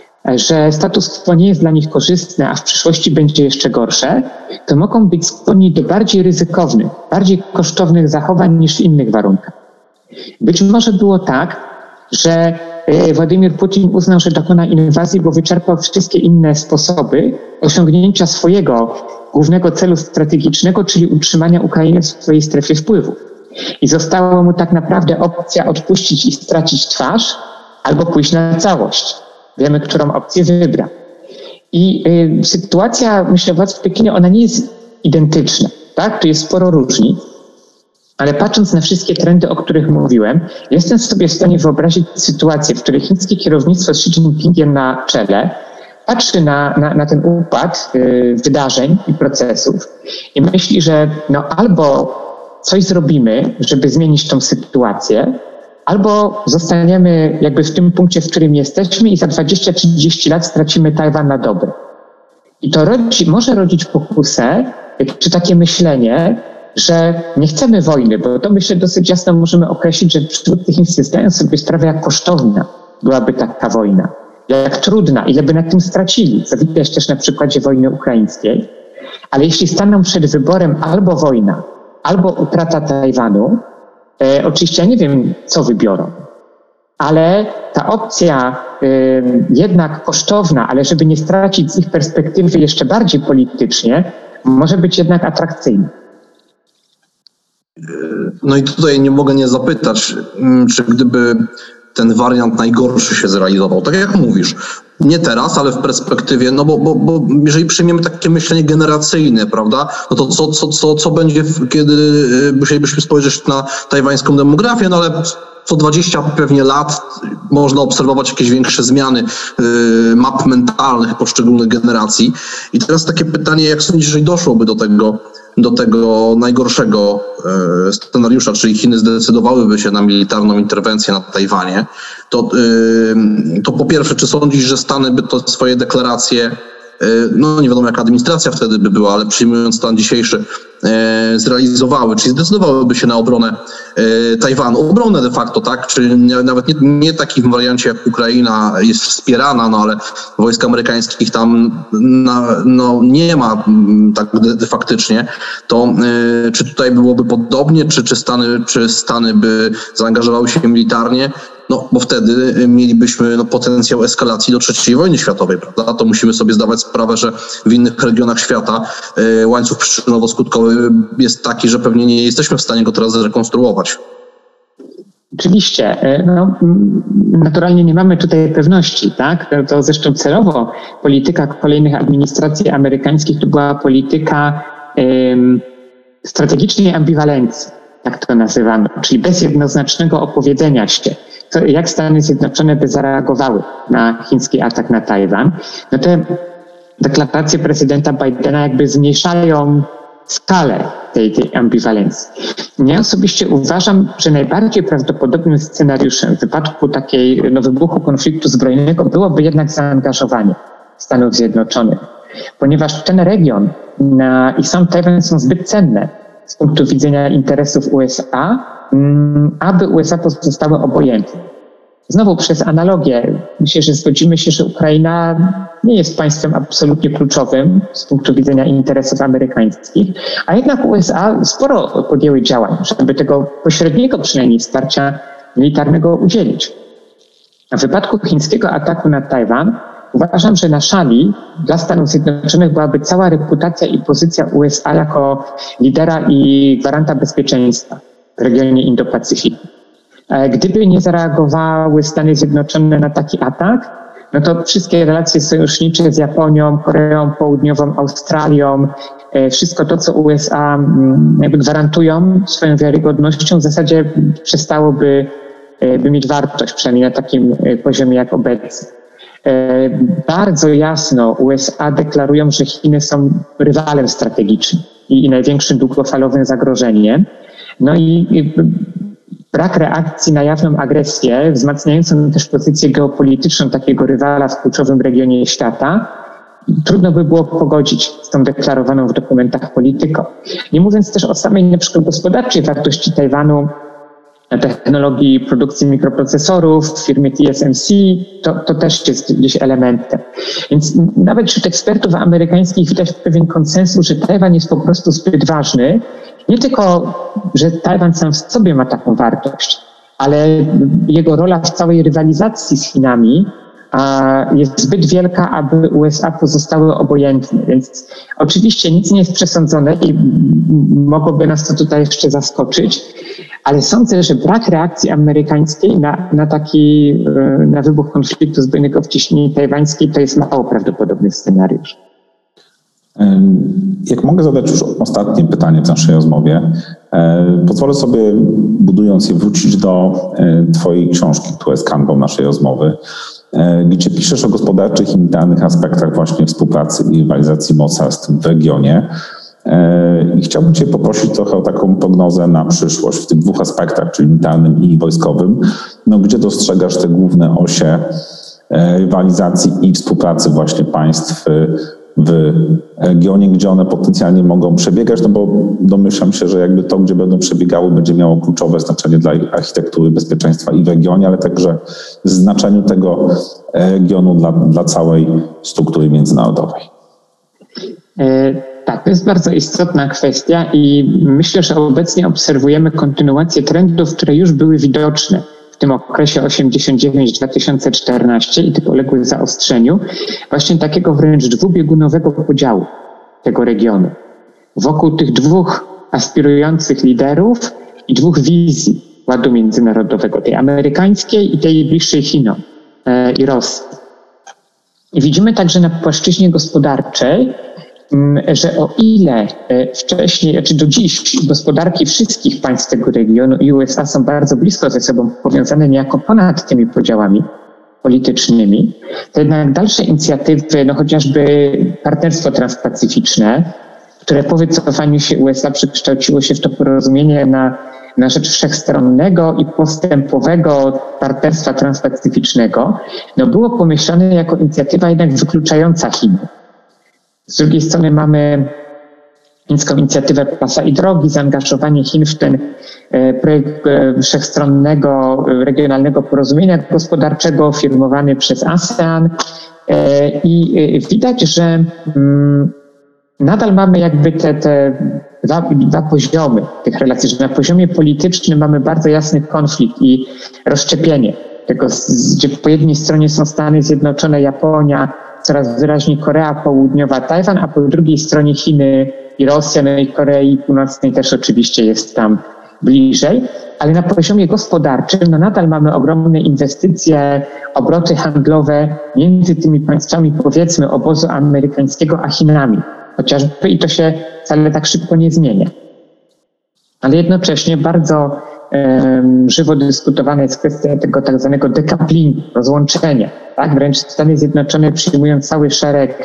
że status quo nie jest dla nich korzystny, a w przyszłości będzie jeszcze gorsze, to mogą być skłonni do bardziej ryzykownych, bardziej kosztownych zachowań niż w innych warunkach. Być może było tak, że Władimir Putin uznał, że dokona inwazji, bo wyczerpał wszystkie inne sposoby osiągnięcia swojego głównego celu strategicznego, czyli utrzymania Ukrainy w swojej strefie wpływów. I została mu tak naprawdę opcja odpuścić i stracić twarz, albo pójść na całość. Wiemy, którą opcję wybrał. I sytuacja, myślę, władz w Pekinie, ona nie jest identyczna. Tak? Tu jest sporo różnic. Ale patrząc na wszystkie trendy, o których mówiłem, jestem sobie w stanie wyobrazić sytuację, w której chińskie kierownictwo z Xi Jinpingiem na czele patrzy na ten układ wydarzeń i procesów i myśli, że albo coś zrobimy, żeby zmienić tą sytuację, albo zostaniemy jakby w tym punkcie, w którym jesteśmy i za 20-30 lat stracimy Tajwan na dobre. I to może rodzić pokusę, czy takie myślenie, że nie chcemy wojny, bo to myślę dosyć jasno możemy określić, że przywódcy chińscy zdają sobie sprawę, jak kosztowna byłaby taka wojna, jak trudna, ile by na tym stracili, co widać też na przykładzie wojny ukraińskiej. Ale jeśli staną przed wyborem albo wojna, albo utrata Tajwanu, oczywiście ja nie wiem, co wybiorą, ale ta opcja jednak kosztowna, ale żeby nie stracić z ich perspektywy jeszcze bardziej politycznie, może być jednak atrakcyjna. No i tutaj nie mogę nie zapytać, czy gdyby ten wariant najgorszy się zrealizował. Tak jak mówisz, nie teraz, ale w perspektywie, no bo jeżeli przyjmiemy takie myślenie generacyjne, prawda, no to co będzie, kiedy musielibyśmy spojrzeć na tajwańską demografię, no ale co 20 pewnie lat można obserwować jakieś większe zmiany map mentalnych poszczególnych generacji. I teraz takie pytanie, jak sądzisz, jeżeli doszłoby do tego najgorszego scenariusza, czyli Chiny zdecydowałyby się na militarną interwencję na Tajwanie, to po pierwsze, czy sądzisz, że Stany by to swoje deklaracje, no nie wiadomo jaka administracja wtedy by była, ale przyjmując stan dzisiejszy, zrealizowały, czyli zdecydowałyby się na obronę Tajwanu. Obronę de facto, tak? Czyli nawet nie takim wariancie jak Ukraina jest wspierana, no ale wojsk amerykańskich tam nie ma tak faktycznie. To czy tutaj byłoby podobnie, czy Stany by zaangażowały się militarnie? No, bo wtedy mielibyśmy potencjał eskalacji do III wojny światowej, prawda? To musimy sobie zdawać sprawę, że w innych regionach świata łańcuch przyczynowo-skutkowy jest taki, że pewnie nie jesteśmy w stanie go teraz zrekonstruować. Oczywiście. Naturalnie nie mamy tutaj pewności, tak? To zresztą celowo polityka kolejnych administracji amerykańskich to była polityka strategicznej ambiwalencji, tak to nazywamy, czyli bez jednoznacznego opowiedzenia się. Jak Stany Zjednoczone by zareagowały na chiński atak na Tajwan, no te deklaracje prezydenta Bidena jakby zmniejszają skalę tej ambiwalencji. Ja osobiście uważam, że najbardziej prawdopodobnym scenariuszem w wypadku wybuchu konfliktu zbrojnego byłoby jednak zaangażowanie Stanów Zjednoczonych, ponieważ ten region i sam Tajwan są zbyt cenne z punktu widzenia interesów USA, aby USA pozostały obojętne. Znowu przez analogię, myślę, że zgodzimy się, że Ukraina nie jest państwem absolutnie kluczowym z punktu widzenia interesów amerykańskich, a jednak USA sporo podjęły działań, żeby tego pośredniego przynajmniej wsparcia militarnego udzielić. A w wypadku chińskiego ataku na Tajwan uważam, że na szali dla Stanów Zjednoczonych byłaby cała reputacja i pozycja USA jako lidera i gwaranta bezpieczeństwa w regionie Indo-Pacyfiku. Gdyby nie zareagowały Stany Zjednoczone na taki atak, no to wszystkie relacje sojusznicze z Japonią, Koreą Południową, Australią, wszystko to, co USA jakby gwarantują swoją wiarygodnością, w zasadzie przestałoby mieć wartość, przynajmniej na takim poziomie jak obecnie. Bardzo jasno USA deklarują, że Chiny są rywalem strategicznym i największym długofalowym zagrożeniem. No i brak reakcji na jawną agresję, wzmacniającą też pozycję geopolityczną takiego rywala w kluczowym regionie świata, trudno by było pogodzić z tą deklarowaną w dokumentach polityką. Nie mówiąc też o samej na przykład gospodarczej wartości Tajwanu, technologii produkcji mikroprocesorów w firmie TSMC, to też jest gdzieś elementem. Więc nawet wśród ekspertów amerykańskich widać pewien konsensus, że Tajwan jest po prostu zbyt ważny. Nie tylko, że Tajwan sam w sobie ma taką wartość, ale jego rola w całej rywalizacji z Chinami jest zbyt wielka, aby USA pozostały obojętne. Więc oczywiście nic nie jest przesądzone i mogłoby nas to tutaj jeszcze zaskoczyć, ale sądzę, że brak reakcji amerykańskiej na wybuch konfliktu zbrojnego w cieśninie tajwańskiej to jest mało prawdopodobny scenariusz. Jak mogę zadać już ostatnie pytanie w naszej rozmowie, pozwolę sobie, budując je, wrócić do twojej książki, która jest kanwą naszej rozmowy, gdzie piszesz o gospodarczych i militarnych aspektach właśnie współpracy i rywalizacji mocarstw w regionie. I chciałbym cię poprosić trochę o taką prognozę na przyszłość w tych dwóch aspektach, czyli militarnym i wojskowym, gdzie dostrzegasz te główne osie rywalizacji i współpracy właśnie państw w regionie, gdzie one potencjalnie mogą przebiegać, bo domyślam się, że jakby to, gdzie będą przebiegały, będzie miało kluczowe znaczenie dla architektury bezpieczeństwa i w regionie, ale także w znaczeniu tego regionu dla całej struktury międzynarodowej. Tak, to jest bardzo istotna kwestia i myślę, że obecnie obserwujemy kontynuację trendów, które już były widoczne w tym okresie 89-2014 i tych uległych zaostrzeniu, właśnie takiego wręcz dwubiegunowego podziału tego regionu. Wokół tych dwóch aspirujących liderów i dwóch wizji ładu międzynarodowego, tej amerykańskiej i tej bliższej Chinom i Rosji. I widzimy także na płaszczyźnie gospodarczej, że o ile wcześniej, czy do dziś gospodarki wszystkich państw tego regionu i USA są bardzo blisko ze sobą powiązane niejako ponad tymi podziałami politycznymi, to jednak dalsze inicjatywy, no chociażby Partnerstwo Transpacyficzne, które po wycofaniu się USA przekształciło się w to porozumienie na rzecz wszechstronnego i postępowego partnerstwa transpacyficznego, no było pomyślane jako inicjatywa jednak wykluczająca Chiny. Z drugiej strony mamy chińską inicjatywę Pasa i Drogi, zaangażowanie Chin w ten projekt wszechstronnego, regionalnego porozumienia gospodarczego firmowany przez ASEAN i widać, że nadal mamy jakby te dwa poziomy tych relacji, że na poziomie politycznym mamy bardzo jasny konflikt i rozszczepienie tego, gdzie po jednej stronie są Stany Zjednoczone, Japonia, coraz wyraźniej Korea Południowa, Tajwan, a po drugiej stronie Chiny i Rosja, no i Korei Północnej też oczywiście jest tam bliżej, ale na poziomie gospodarczym no nadal mamy ogromne inwestycje, obroty handlowe między tymi państwami, powiedzmy, obozu amerykańskiego a Chinami. Chociażby i to się wcale tak szybko nie zmienia. Ale jednocześnie bardzo żywo dyskutowana jest kwestia tego tak zwanego decouplingu, rozłączenia. Tak? Wręcz Stany Zjednoczone przyjmują cały szereg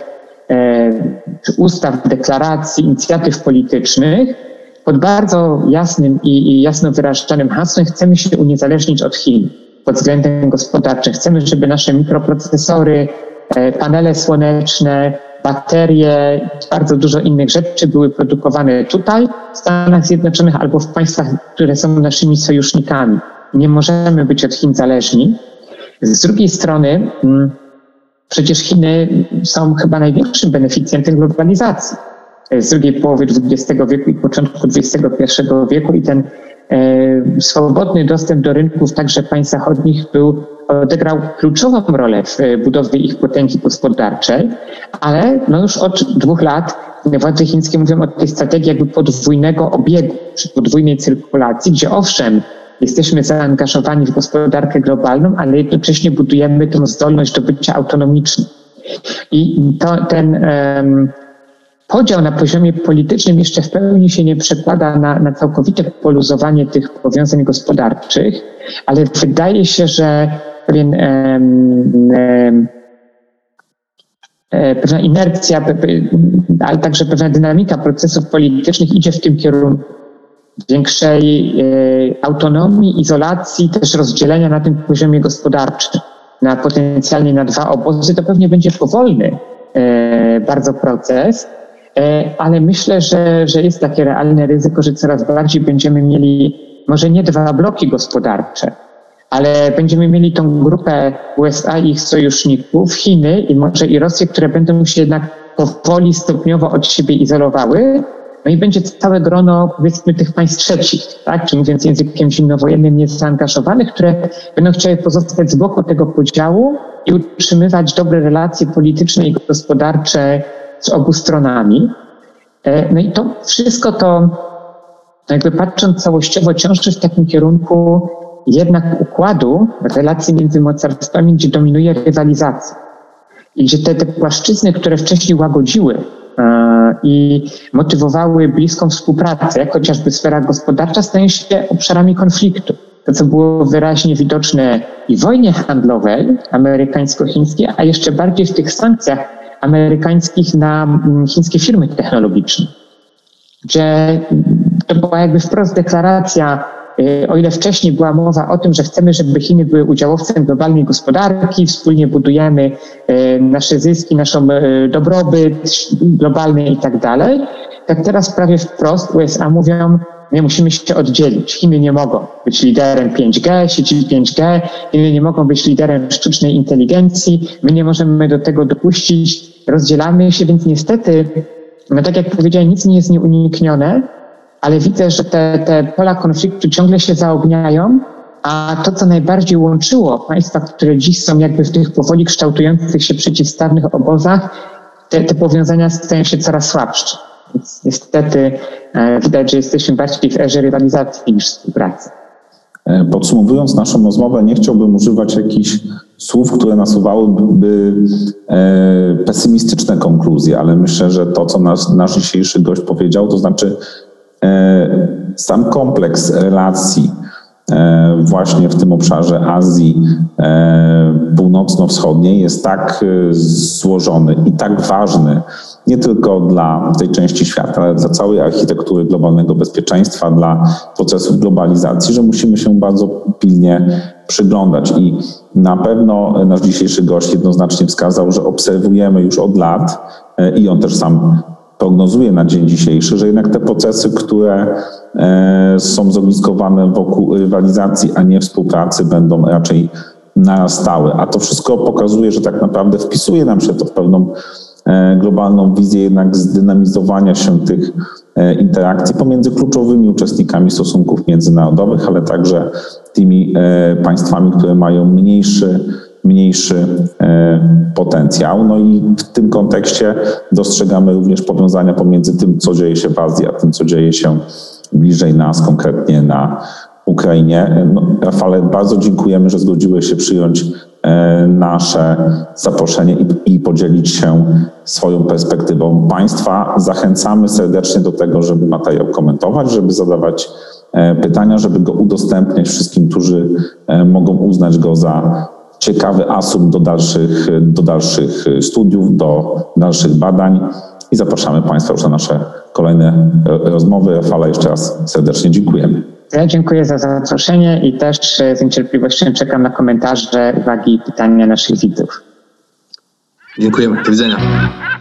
ustaw, deklaracji, inicjatyw politycznych pod bardzo jasnym i jasno wyrażanym hasłem: chcemy się uniezależnić od Chin pod względem gospodarczym. Chcemy, żeby nasze mikroprocesory, panele słoneczne, baterie, bardzo dużo innych rzeczy były produkowane tutaj, w Stanach Zjednoczonych albo w państwach, które są naszymi sojusznikami. Nie możemy być od Chin zależni. Z drugiej strony przecież Chiny są chyba największym beneficjentem globalizacji z drugiej połowy XX wieku i początku XXI wieku i ten swobodny dostęp do rynków także państw zachodnich odegrał kluczową rolę w budowie ich potęgi gospodarczej, ale no już od 2 lat władze chińskie mówią o tej strategii jakby podwójnego obiegu, czy podwójnej cyrkulacji, gdzie owszem, jesteśmy zaangażowani w gospodarkę globalną, ale jednocześnie budujemy tę zdolność do bycia autonomicznym. I ten podział na poziomie politycznym jeszcze w pełni się nie przekłada na całkowite poluzowanie tych powiązań gospodarczych, ale wydaje się, że pewna inercja, ale także pewna dynamika procesów politycznych idzie w tym kierunku większej autonomii, izolacji, też rozdzielenia na tym poziomie gospodarczym, potencjalnie na 2 obozy. To pewnie będzie powolny bardzo proces, ale myślę, że jest takie realne ryzyko, że coraz bardziej będziemy mieli może nie 2 bloki gospodarcze, ale będziemy mieli tą grupę USA i ich sojuszników, Chiny i może i Rosję, które będą się jednak powoli, stopniowo od siebie izolowały. No i będzie całe grono, powiedzmy, tych państw trzecich, tak? Czy mówiąc językiem zimnowojennym, niezaangażowanych, które będą chciały pozostać z boku tego podziału i utrzymywać dobre relacje polityczne i gospodarcze z obu stronami. No i to wszystko to, jakby patrząc całościowo, ciąży w takim kierunku jednak układu relacji między mocarstwami, gdzie dominuje rywalizacja. I gdzie te płaszczyzny, które wcześniej łagodziły i motywowały bliską współpracę, jak chociażby sfera gospodarcza, stają się obszarami konfliktu. To, co było wyraźnie widoczne i w wojnie handlowej amerykańsko-chińskiej, a jeszcze bardziej w tych sankcjach amerykańskich na chińskie firmy technologiczne, gdzie to była jakby wprost deklaracja, o ile wcześniej była mowa o tym, że chcemy, żeby Chiny były udziałowcem globalnej gospodarki, wspólnie budujemy nasze zyski, naszą dobrobyt globalny i tak dalej, tak teraz prawie wprost USA mówią, nie, musimy się oddzielić. Chiny nie mogą być liderem 5G, sieci 5G, Chiny nie mogą być liderem sztucznej inteligencji, my nie możemy do tego dopuścić, rozdzielamy się, więc niestety, no tak jak powiedziałem, nic nie jest nieuniknione, ale widzę, że te pola konfliktu ciągle się zaogniają, a to, co najbardziej łączyło państwa, które dziś są jakby w tych powoli kształtujących się przeciwstawnych obozach, te powiązania stają się coraz słabsze. Więc niestety widać, że jesteśmy bardziej w erze rywalizacji niż współpracy. Podsumowując naszą rozmowę, nie chciałbym używać jakichś słów, które nasuwałyby pesymistyczne konkluzje, ale myślę, że to, co nasz dzisiejszy gość powiedział, to znaczy sam kompleks relacji właśnie w tym obszarze Azji Północno-Wschodniej jest tak złożony i tak ważny nie tylko dla tej części świata, ale dla całej architektury globalnego bezpieczeństwa, dla procesów globalizacji, że musimy się bardzo pilnie przyglądać. I na pewno nasz dzisiejszy gość jednoznacznie wskazał, że obserwujemy już od lat i on też sam prognozuje na dzień dzisiejszy, że jednak te procesy, które są zogniskowane wokół rywalizacji, a nie współpracy, będą raczej narastały. A to wszystko pokazuje, że tak naprawdę wpisuje nam się to w pewną globalną wizję jednak zdynamizowania się tych interakcji pomiędzy kluczowymi uczestnikami stosunków międzynarodowych, ale także tymi państwami, które mają mniejszy potencjał. No i w tym kontekście dostrzegamy również powiązania pomiędzy tym, co dzieje się w Azji, a tym, co dzieje się bliżej nas, konkretnie na Ukrainie. No, Rafale, bardzo dziękujemy, że zgodziłeś się przyjąć nasze zaproszenie i podzielić się swoją perspektywą. Państwa zachęcamy serdecznie do tego, żeby materiał komentować, żeby zadawać pytania, żeby go udostępniać wszystkim, którzy mogą uznać go za ciekawy asum do dalszych studiów, do dalszych badań i zapraszamy Państwa już na nasze kolejne rozmowy. Rafale, jeszcze raz serdecznie dziękujemy. Ja dziękuję za zaproszenie i też z niecierpliwością czekam na komentarze, uwagi i pytania naszych widzów. Dziękujemy. Do widzenia.